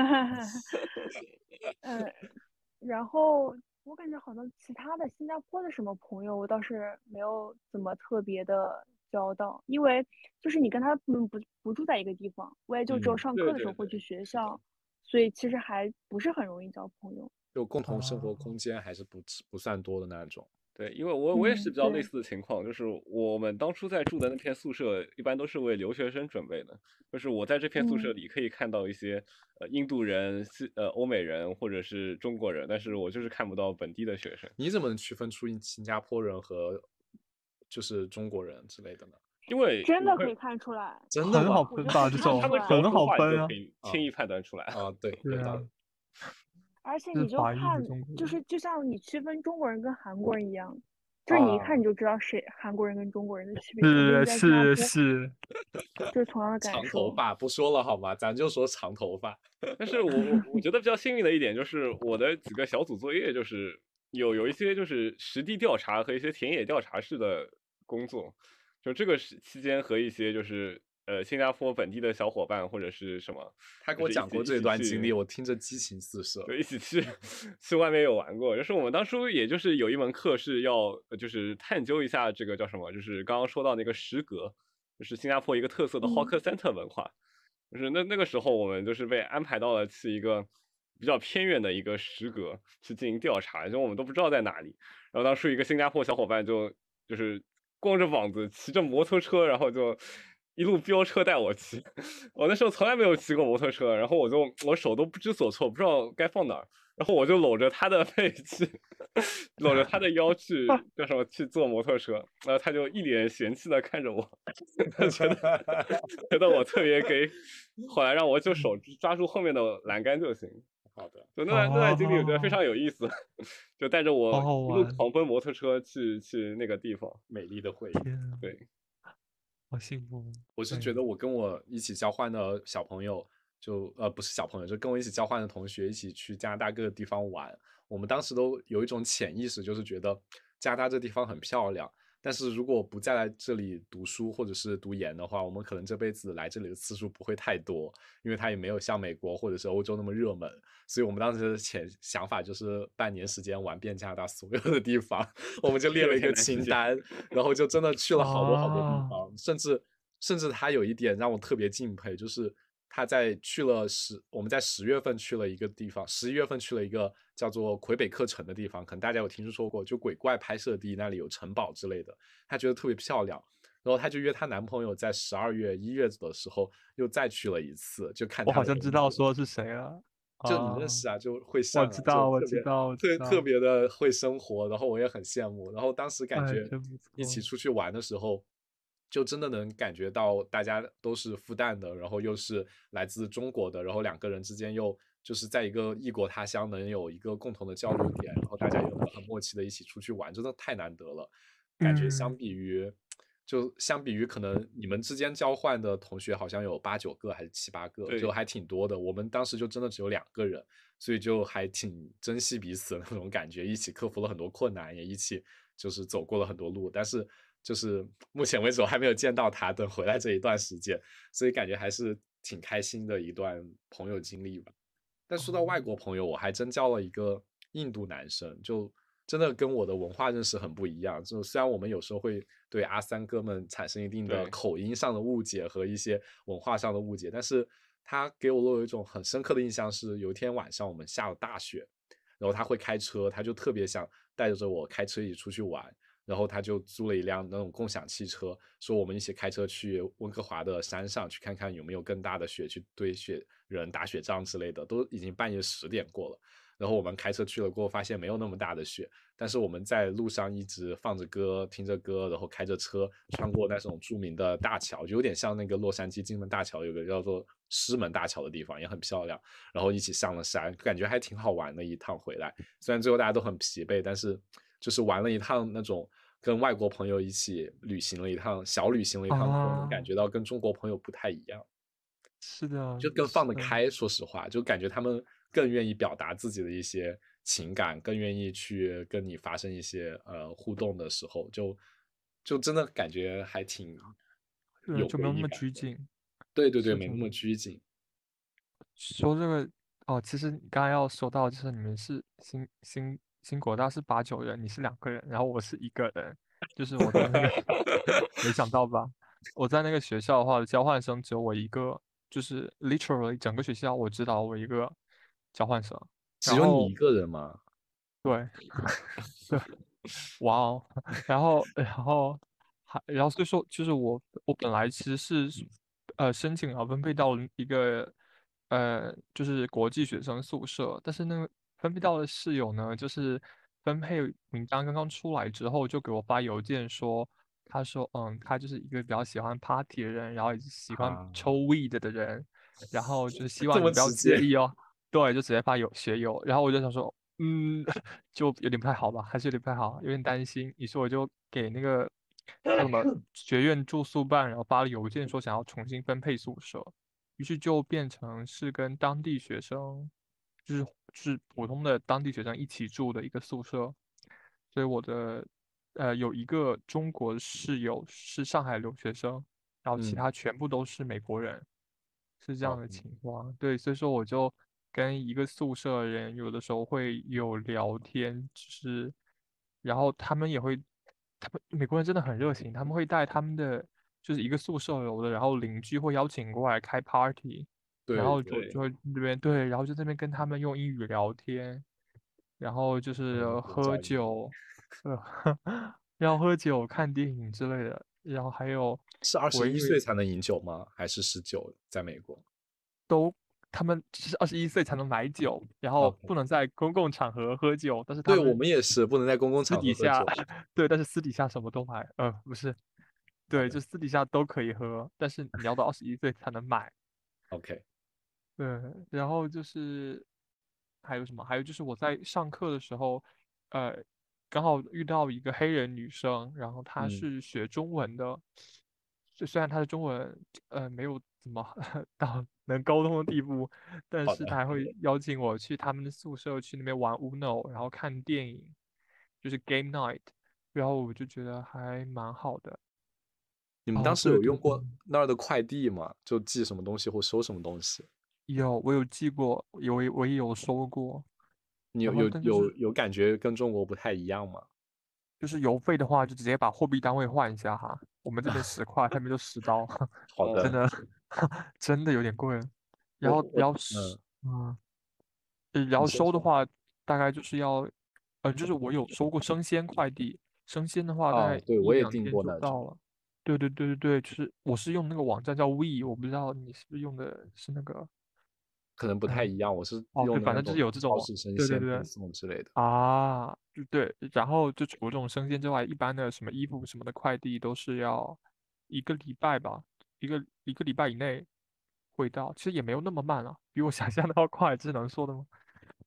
然后我感觉好像其他的新加坡的什么朋友，我倒是没有怎么特别的交到，因为就是你跟他们不住在一个地方，我也就只有上课的时候会去学校，所以其实还不是很容易交朋友。 就共同生活空间还是不算多的那种。 对，因为我也是比较类似的情况，就是我们当初在住的那片宿舍，一般都是为留学生准备的。就是我在这片宿舍里可以看到一些印度人、欧美人或者是中国人，但是我就是看不到本地的学生。 你怎么能区分出新加坡人和就是中国人之类的呢？ 因为真的可以看出来， 真的很好分吧？这种很好分啊， 可以轻易判断出来啊。对， 对啊。 而且你就看，就像你区分中国人跟韩国人一样，就是你一看你就知道韩国人跟中国人的区别。 是， 就是同样的感受。 长头发不说了好吗？咱就说长头发。 但是我觉得比较幸运的一点就是我的几个小组作业就是有一些就是实地调查和一些田野调查式的工作，就这个期间和一些就是新加坡本地的小伙伴或者是什么， 他给我讲过这段经历，我听着激情四射。 就一起去外面有玩过，就是我们当初也就是有一门课是要就是探究一下这个叫什么，就是刚刚说到那个石阁，就是新加坡一个特色的 Hawker Center 文化，就是那个时候我们就是被安排到了去一个比较偏远的一个石阁去进行调查，就我们都不知道在哪里。然后当初一个新加坡小伙伴就是光着膀子骑着摩托车，然后就一路飙车带我骑。我那时候从来没有骑过摩托车，然后我手都不知所措，不知道该放哪儿，然后我就搂着他的背去，搂着他的腰去叫什么去坐摩托车，然后他就一脸嫌弃的看着我，他觉得我特别gay，后来让我就手抓住后面的栏杆就行。 好的， 就那段经历我觉得非常有意思，就带着我一路狂奔摩托车去那个地方， 美丽的回忆。 对， 好幸福。 我是觉得我跟我一起交换的小朋友，就不是小朋友，就跟我一起交换的同学一起去加拿大各个地方玩，我们当时都有一种潜意识，就是觉得加拿大这地方很漂亮，但是如果不再来这里读书或者是读研的话，我们可能这辈子来这里的次数不会太多，因为它也没有像美国或者是欧洲那么热门，所以我们当时的想法就是半年时间玩遍加拿大所有的地方，我们就列了一个清单，然后就真的去了好多好多地方，甚至他有一点让我特别敬佩，就是他我们在10月份去了一个地方，11月份去了一个叫做魁北克城的地方，可能大家有听说过，就鬼怪拍摄地，那里有城堡之类的，他觉得特别漂亮，然后他就约她男朋友在12月1月的时候又再去了一次，就看他。 我好像知道说是谁了， 就你认识啊，就会上、啊， 我知道， 特别的会生活，然后我也很羡慕，然后当时感觉一起出去玩的时候。就真的能感觉到大家都是复旦的，然后又是来自中国的，然后两个人之间又就是在一个异国他乡能有一个共同的交流点，然后大家又能很默契的一起出去玩，真的太难得了。感觉相比于可能你们之间交换的同学好像有8、9个还是7、8个，就还挺多的。我们当时就真的只有2个人，所以就还挺珍惜彼此的那种感觉，一起克服了很多困难，也一起就是走过了很多路，但是就是目前为止我还没有见到他，等回来这一段时间，所以感觉还是挺开心的一段朋友经历吧。但说到外国朋友，我还真交了一个印度男生，就真的跟我的文化认识很不一样。就虽然我们有时候会对阿三哥们产生一定的口音上的误解和一些文化上的误解，但是他给我有一种很深刻的印象是，有一天晚上我们下了大雪，然后他会开车，他就特别想带着我开车一起出去玩。然后他就租了一辆那种共享汽车，说我们一起开车去温哥华的山上去看看有没有更大的雪，去对雪人打雪仗之类的，都已经半夜10点过了。 然后我们开车去了过后，发现没有那么大的雪，但是我们在路上一直放着歌，听着歌，然后开着车穿过那种著名的大桥，就有点像那个洛杉矶金门大桥有个叫做狮门大桥的地方，也很漂亮。然后一起上了山，感觉还挺好玩的一趟回来。虽然最后大家都很疲惫，但是就是玩了一趟那种跟外国朋友一起旅行了一趟，小旅行了一趟之后，能感觉到跟中国朋友不太一样。 是的， 就更放得开，说实话，就感觉他们更愿意表达自己的一些情感，更愿意去跟你发生一些互动的时候，就真的感觉还挺有就没有那么回忆感的。 拘谨。 对对对， 是的。 没那么拘谨。 说这个哦，其实你刚才要说到，就是你们是新国大是8、9人，你是2个人，然后我是1个人，就是我的那个没想到吧？我在那个学校的话，交换生只有我一个，就是 literally 整个学校我知道我一个交换生，然后只有你一个人吗？ 对对，哇哦，然后所以说就是我本来其实是申请了分配到了一个就是国际学生宿舍，但是那个分配到的室友呢，就是分配名单刚刚出来之后，就给我发邮件说，他说他就是一个比较喜欢 party 的人，然后也是喜欢啊， 抽 weed 的人，然后就是希这么望你不要直接。 介意哦。对，就直接发学友，然后我就想说，就有点不太好吧，还是有点不太好，有点担心。于是我就给那个叫什么学院住宿办，然后发了邮件说想要重新分配宿舍，于是就变成是跟当地学生，就是普通的当地学生一起住的一个宿舍。所以我的有一个中国室友是上海留学生，然后其嗯， 他全部都是美国人，是这样好， 的情况。对，所以说我就跟一个宿舍的人有的时候会有聊天，然后他们美国人真的很热情，他们会带他们的就是一个宿舍楼的，然后邻居会邀请过来开 party，然后就对对， 会那边对，然后就这边跟他们用英语聊天，然后就是国家喝酒，呃，然后喝酒、看电影之类的，然后还有是21 我因为岁才能饮酒吗？还是19？在美国他们是21岁才能买酒，然后 ？OK， 不能在公共场合喝酒，但是他对我们们也是不能在公共私场合底下喝酒。 对，但是私底下什么都买，不是，对， 好的就私底下都可以喝，但是你要到21岁才能买。 ，OK， 对，然后就是还有什么？还有就是我在上课的时候，呃，刚好遇到一个黑人女生，然后她嗯， 是学中文的，虽然她的中文没有怎么到能沟通的地步，但好的。 是她还会邀请我去他们的宿舍去那边玩 Uno，然后看电影，就是 game night，然后我就觉得还蛮好的。 你们当哦， 时对对对。 有用过那儿的快递吗？就寄什么东西或收什么东西？ 我有寄过，我也有收过， 你有然后但就是感觉跟中国不太一样吗？ 就是邮费的话，就直接把货币单位换一下哈。我们这边10块，他们就10刀， 好哦， 真的， 的真的有点贵。然后我然后你先说。 收的话，大概就是要，就是我有收过生鲜快递，生鲜的话大啊， 概对，我也订一两天过那种， 就到了。对对对对对，就是我是用那个网站叫 We，我不知道你是不是用的是那个， 可能不太嗯， 一样。我是哦对，反正就是用的那种有这种， 超市生对对对。 鲜配送之类的。 啊，就对，然后就除了这种生鲜之外，一般的什么衣服什么的快递都是要1个礼拜吧，一个礼拜以内会到，其实也没有那么慢啊，比我想象的要快，这是能说的吗？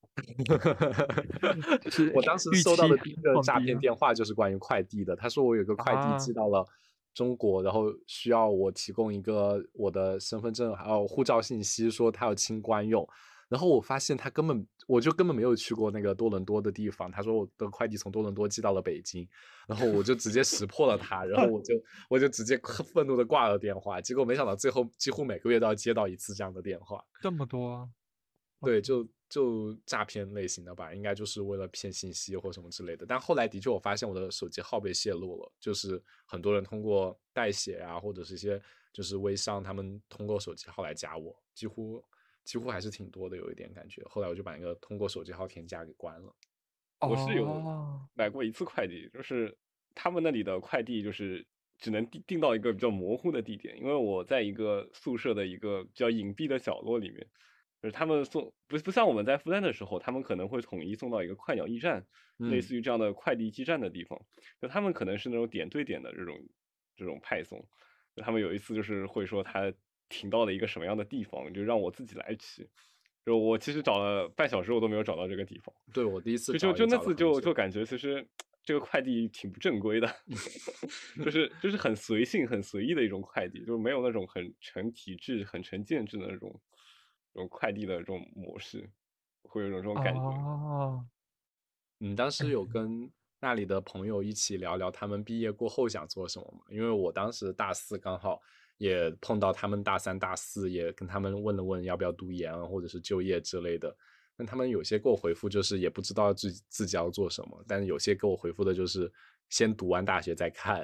就是我当时收到预期的第一个诈骗放低了电话就是关于快递的，他说我有个快递寄啊。 到了中国，然后需要我提供一个我的身份证还有护照信息，说他要清关用。然后我发现我就根本没有去过那个多伦多的地方。他说我的快递从多伦多寄到了北京，然后我就直接识破了他，然后我就直接愤怒的挂了电话。结果没想到最后几乎每个月都要接到一次这样的电话。 这么多啊，我对， 天， 就诈骗类型的吧，应该就是为了骗信息或什么之类的。但后来的确我发现我的手机号被泄露了，就是很多人通过代写啊，或者是一些就是微商，他们通过手机号来加我，几乎还是挺多的，有一点感觉。后来我就把那个通过手机号添加给关了。 我是有哦， 买过一次快递，就是他们那里的快递就是只能订到一个比较模糊的地点，因为我在一个宿舍的一个比较隐蔽的角落里面， 就是他们送不像我们在复旦的时候，他们可能会统一送到一个快鸟驿站，类似于这样的快递基站的地方，就他们可能是那种点对点的这种派送。就他们有一次就是会说他停到了一个什么样的地方，就让我自己来取。就我其实找了半小时，我都没有找到这个地方。 对，我第一次就那次就感觉其实这个快递挺不正规的，就是很随性、很随意的一种快递，就是没有那种很成体制、很成建制的那种快递的这种模式，会有一种这种感觉。 哦， 你当时有跟那里的朋友一起聊聊他们毕业过后想做什么吗？因为我当时大4刚好也碰到他们大3、大4，也跟他们问了问要不要读研或者是就业之类的。但他们有些给我回复就是也不知道自己要做什么，但是有些给我回复的就是先读完大学再看。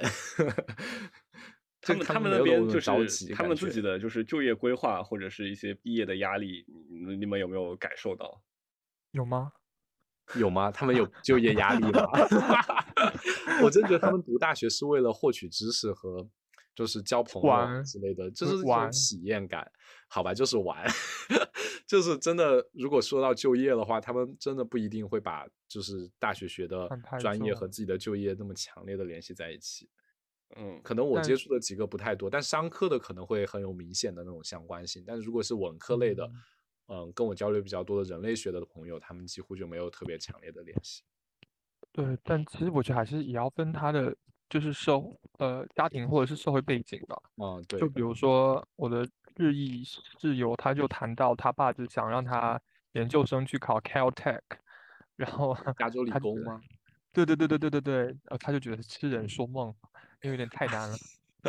他们那边就是他们自己的就是就业规划或者是一些毕业的压力，你们有没有感受到？ 有吗？ 有吗？他们有就业压力吗？我真觉得他们读大学是为了获取知识和就是交朋友之类的，就是这种体验感。好吧，就是玩。就是真的，如果说到就业的话，他们真的不一定会把就是大学学的专业和自己的就业那么强烈的联系在一起。可能我接触的几个不太多，但商科的可能会很有明显的那种相关性。但是如果是文科类的，跟我交流比较多的人类学的朋友，他们几乎就没有特别强烈的联系。 对，但其实我觉得还是也要分他的就是家庭或者是社会背景吧。 对。 就比如说我的日裔室友，他就谈到他爸就想让他研究生去考 Caltech， 然后加州理工吗？ 对，他就觉得痴人说梦，因为有点太难了。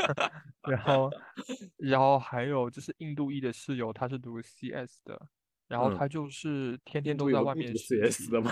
然后还有就是印度裔的室友，他是读 CS 的，然后他就是天天都在外面学习的吗？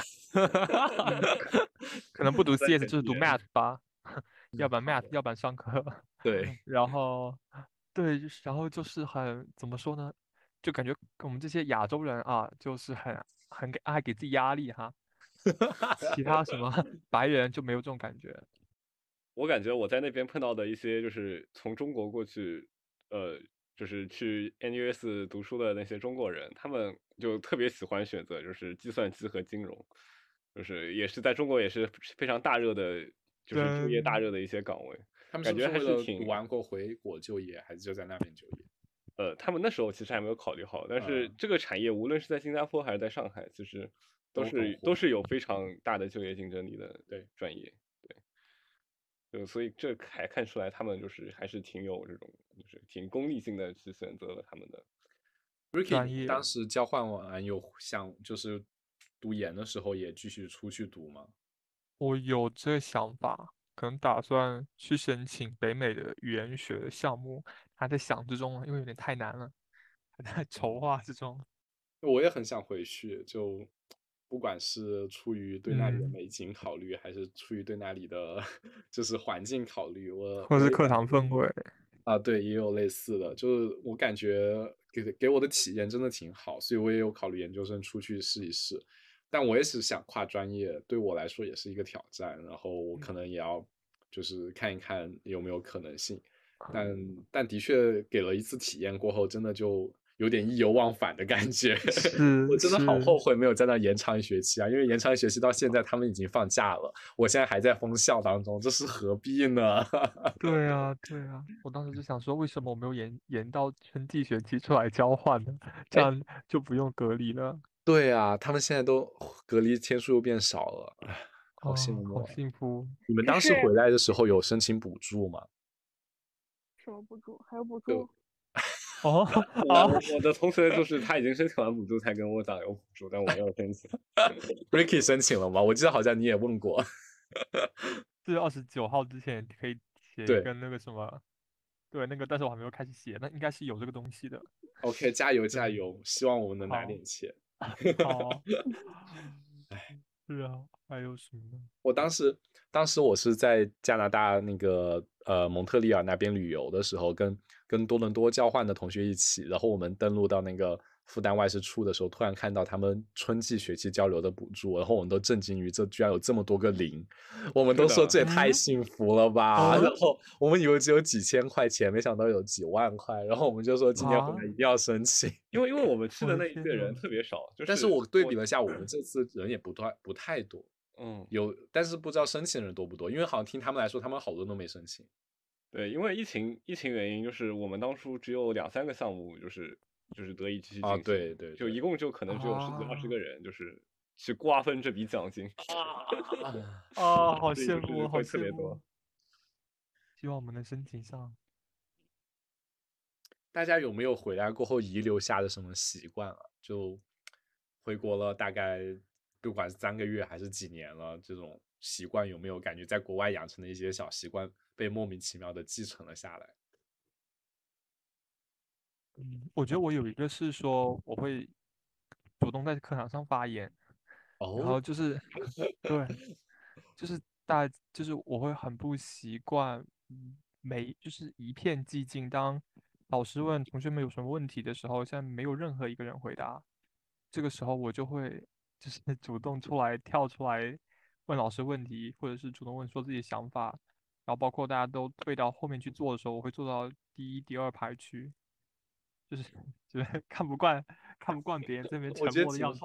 可能不读 CS 就是读 Math 吧，要不然 Math， 要不然商科。 对， 然后就是怎么说呢？就感觉我们这些亚洲人啊，就是很爱给自己压力哈。其他什么白人就没有这种感觉。 我感觉我在那边碰到的一些就是从中国过去，就是去 NUS 读书的那些中国人，他们就特别喜欢选择就是计算机和金融，就是也是在中国也是非常大热的，就是就业大热的一些岗位。 他们是为了读完过回国就业，还是就在那边就业？ 他们那时候其实还没有考虑好，但是这个产业无论是在新加坡还是在上海，其实都是有非常大的就业竞争力的专业。对，所以这还看出来他们就是还是挺有这种就是挺功利性的去选择了他们的专业。 当时交换完有想就是读研的时候也继续出去读吗？ 我有这个想法，可能打算去申请北美的语言学的项目，还在想之中，因为有点太难了，还在筹划之中。 我也很想回去，就不管是出于对那里的美景考虑，还是出于对那里的就是环境考虑， 或是课堂氛围啊，对，也有类似的，就是我感觉给我的体验真的挺好，所以我也有考虑研究生出去试一试。但我也是想跨专业，对我来说也是一个挑战，然后我可能也要就是看一看有没有可能性。但的确给了一次体验过后，真的就有点意犹忘返的感觉。我真的好后悔没有在那延长1学期啊！因为延长1学期到现在他们已经放假了，我现在还在封校当中，这是何必呢？ 对啊，我当时就想说，为什么我没有延到春季学期出来交换呢？这样就不用隔离了。 对啊，他们现在都隔离天数又变少了，好羡慕， 好幸福。 你们当时回来的时候有申请补助吗？ 什么补助？还有补助？ 我的同学就是他已经申请完补助才跟我讲有补助，但我没有申请。 Ricky 申请了吗？我记得好像你也问过。 4月29号之前可以写一个那个什么，对那个，但是我还没有开始写，那应该是有这个东西的。 OK， 加油加油！希望我们能拿点钱。 好。是啊，还有什么？ 我当时我是在加拿大那个蒙特利尔那边旅游的时候，跟多伦多交换的同学一起，然后我们登陆到那个复旦外事处的时候，突然看到他们春季学期交流的补助，然后我们都震惊于这居然有这么多个零，我们都说这也太幸福了吧。然后我们以为只有几千块钱，没想到有几万块，然后我们就说今年回来一定要申请， 因为我们去的那一届人特别少， 但是我对比了下，我们这次人也不太多，有，但是不知道申请人多不多，因为好像听他们来说，他们好多都没申请。 对，因为疫情原因，就是我们当初只有2-3个项目，就是得以继续进行。 对， 就一共就可能只有10几20个人，就是去瓜分这笔奖金。 好羡慕，好特别多。 希望我们能申请上。 大家有没有回来过后遗留下的什么习惯啊？就回国了，大概不管是3个月还是几年了，这种习惯有没有感觉在国外养成的一些小习惯被莫名其妙的继承了下来？ 我觉得我有一个是说我会主动在课堂上发言，然后就是对，就是我会很不习惯，就是一片寂静。当老师问同学们有什么问题的时候，现在没有任何一个人回答，这个时候我就会就是主动跳出来问老师问题，或者是主动说自己的想法，然后包括大家都退到后面去坐的时候，我会坐到第1、第2排去，就是看不惯别人这边沉默的样子。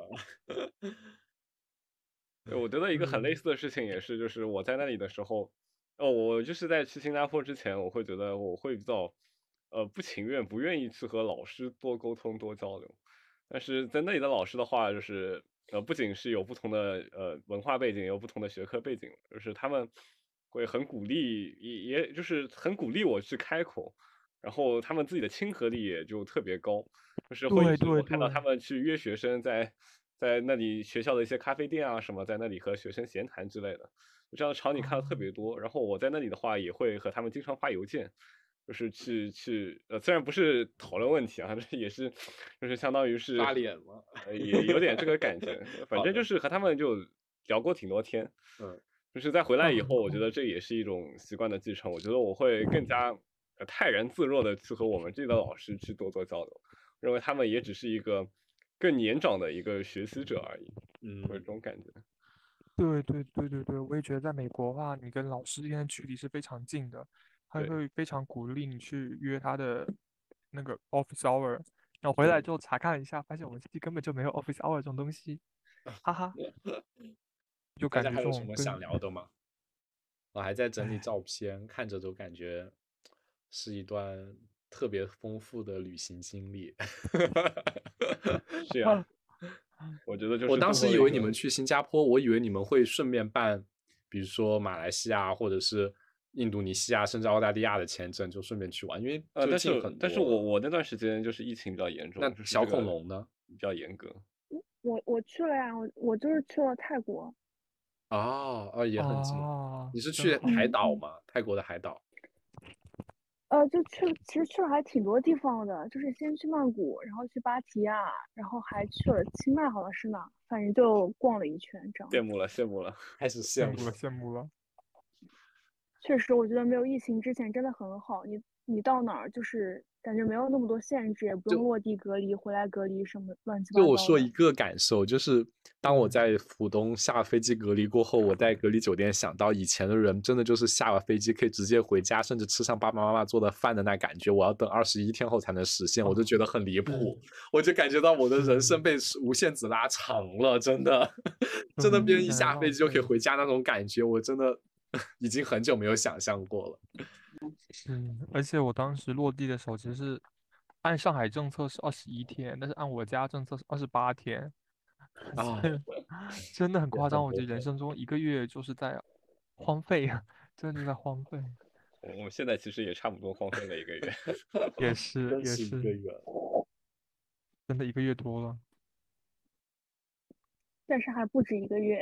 对，我觉得一个很类似的事情也是，就是我在那里的时候，我就是在去新加坡之前，我会觉得我会比较不情愿、不愿意去和老师多沟通、多交流。但是在那里的老师的话，就是不仅是有不同的文化背景，也有不同的学科背景，就是他们会很鼓励，也就是很鼓励我去开口，然后他们自己的亲和力也就特别高，就是会我看到他们去约学生在那里学校的一些咖啡店啊什么，在那里和学生闲谈之类的，这样的场景看到特别多。然后我在那里的话，也会和他们经常发邮件，就是去虽然不是讨论问题啊，也是就是相当于是发脸嘛， 也有点这个感觉。反正就是和他们就聊过挺多天，就是在回来以后，我觉得这也是一种习惯的继承。我觉得我会更加泰然自若的去和我们这里的老师去多做交流，认为他们也只是一个更年长的一个学习者而已，有这种感觉。 对，我也觉得在美国的话，你跟老师之间的距离是非常近的，他会非常鼓励你去约他的那个 office hour， 然后回来之后查看了一下，发现我们系根本就没有 office hour 这种东西，哈哈。就感觉还有什么想聊的吗？我还在整理照片，看着都感觉是一段特别丰富的旅行经历。 是呀，我觉得就是我当时以为你们去新加坡，我以为你们会顺便办，比如说马来西亚或者是印度尼西亚甚至澳大利亚的签证，就顺便去玩，因为但是我那段时间就是疫情比较严重。 那小恐龙呢？ 比较严格。 我去了呀，我就是去了泰国。 也很近。你是去海岛吗？泰国的海岛？ 就其实去了还挺多地方的，就是先去曼谷，然后去芭提雅，然后还去了清迈，好像是哪，反正就逛了一圈这样。 羡慕了， 开始羡慕了。 确实，我觉得没有疫情之前真的很好，你到哪儿就是感觉没有那么多限制，也不用落地隔离、回来隔离什么乱七八糟的。 就我说一个感受，就是当我在浦东下飞机隔离过后，我在隔离酒店想到以前的人真的就是下了飞机可以直接回家，甚至吃上爸爸妈妈做的饭的那感觉，我要等21天后才能实现，我就觉得很离谱，我就感觉到我的人生被无限制拉长了，真的，真的别人一下飞机就可以回家那种感觉，我真的已经很久没有想象过了。 而且我当时落地的时候，其实是按上海政策是21天，但是按我家政策是28天，真的很夸张。我觉得人生中1个月就是在荒废，真的就在荒废。 我们现在其实也差不多荒废了1个月， 也是 1个月， 真的1个月多了， 但是还不止1个月。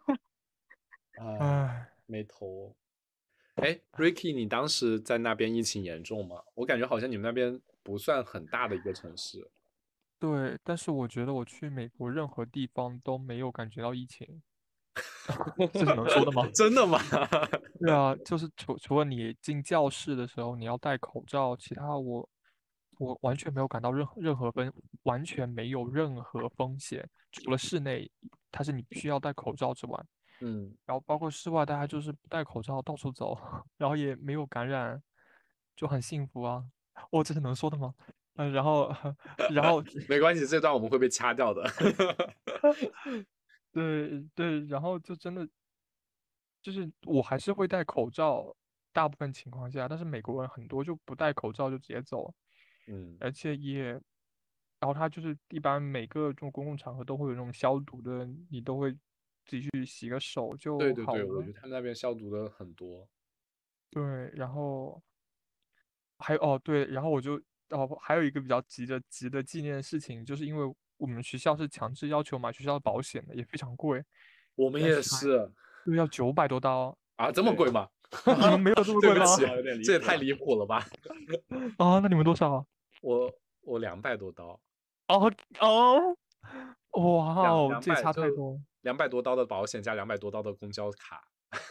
没头。Ricky， 你当时在那边疫情严重吗？我感觉好像你们那边不算很大的一个城市。 对，但是我觉得我去美国任何地方都没有感觉到疫情。这是能说的吗？ 真的吗？ 对啊，就是除了你进教室的时候你要戴口罩，其他我我完全没有感到完全没有任何风险，除了室内，它是你必须要戴口罩之外，然后包括室外，大家就是不戴口罩到处走，然后也没有感染，就很幸福啊。这是能说的吗？然后没关系，这段我们会被掐掉的。 对对，然后就真的就是我还是会戴口罩，大部分情况下，但是美国人很多就不戴口罩就直接走，而且然后他就是一般每个这种公共场合都会有那种消毒的，你都会自己去洗个手就好了。 对对对，我觉得他们那边消毒的很多。 对，然后还有对，然后我就还有一个比较急的纪念的事情，就是因为我们学校是强制要求买学校的保险的，也非常贵。 我们也是， 对，要900多刀啊，这么贵吗？ 你们没有这么贵吗？ 这也太离谱了吧！ 那你们多少啊？ 我200多刀。 哇，这差太多。 200多刀的保险加200多刀的公交卡。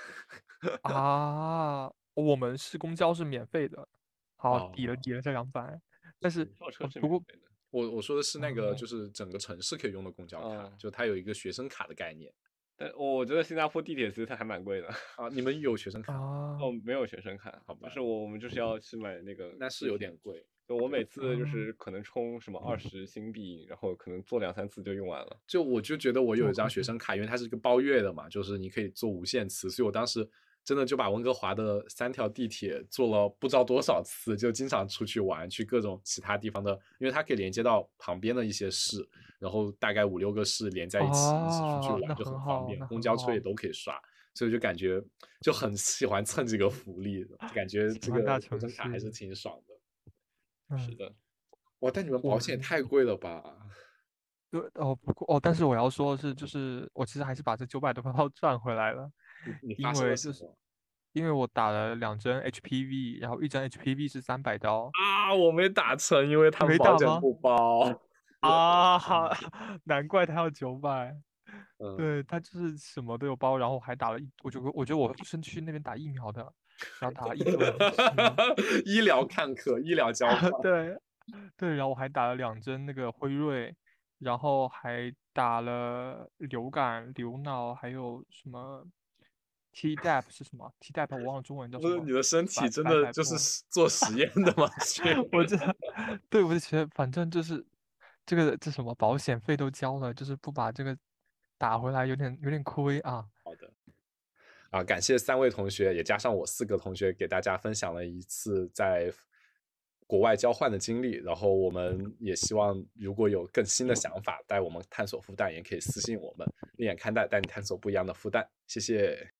我们是公交是免费的，抵了这200，但是不过我说的是那个就是整个城市可以用的公交卡，就它有一个学生卡的概念。 但我觉得新加坡地铁其实它还蛮贵的啊。你们有学生卡？ 没有学生卡，好吧。但是我们就是要去买那个， 那是有点贵。 就我每次就是可能充什么20新币，然后可能坐2、3次就用完了。 我就觉得我有一张学生卡，因为它是一个包月的嘛，就是你可以坐无限次，所以我当时真的就把温哥华的3条地铁坐了不知道多少次，就经常出去玩，去各种其他地方的，因为它可以连接到旁边的一些市，然后大概5、6个市连在一起出去玩，就很方便，公交车也都可以刷，所以就感觉就很喜欢蹭这个福利，感觉这个学生卡还是挺爽的。 是的。 哇，但你们保险也太贵了吧？ 对不过但是我要说的是，就是我其实还是把这900多刀赚回来了。 你发生了什么？ 因为我打了2针 HPV， 然后1针 HPV 是300刀啊，我没打成，因为他们保险不包难怪他要900。对，他就是什么都有包，然后还打了我觉得我是去那边打疫苗的，然后打了1针医疗看客，医疗交换。 对，然后我还打了2针那个辉瑞，然后还打了流感、流脑，还有什么 Tdap 是什么 ？Tdap 我忘了中文叫什么。 不是你的身体真的就是做实验的吗？ 我就觉得反正就是这什么保险费都交了，就是不把这个打回来有点亏啊。 好的。感谢3位同学，也加上我4个同学，给大家分享了一次在国外交换的经历。然后我们也希望，如果有更新的想法带我们探索复旦，也可以私信我们，另眼看待，带你探索不一样的复旦。谢谢。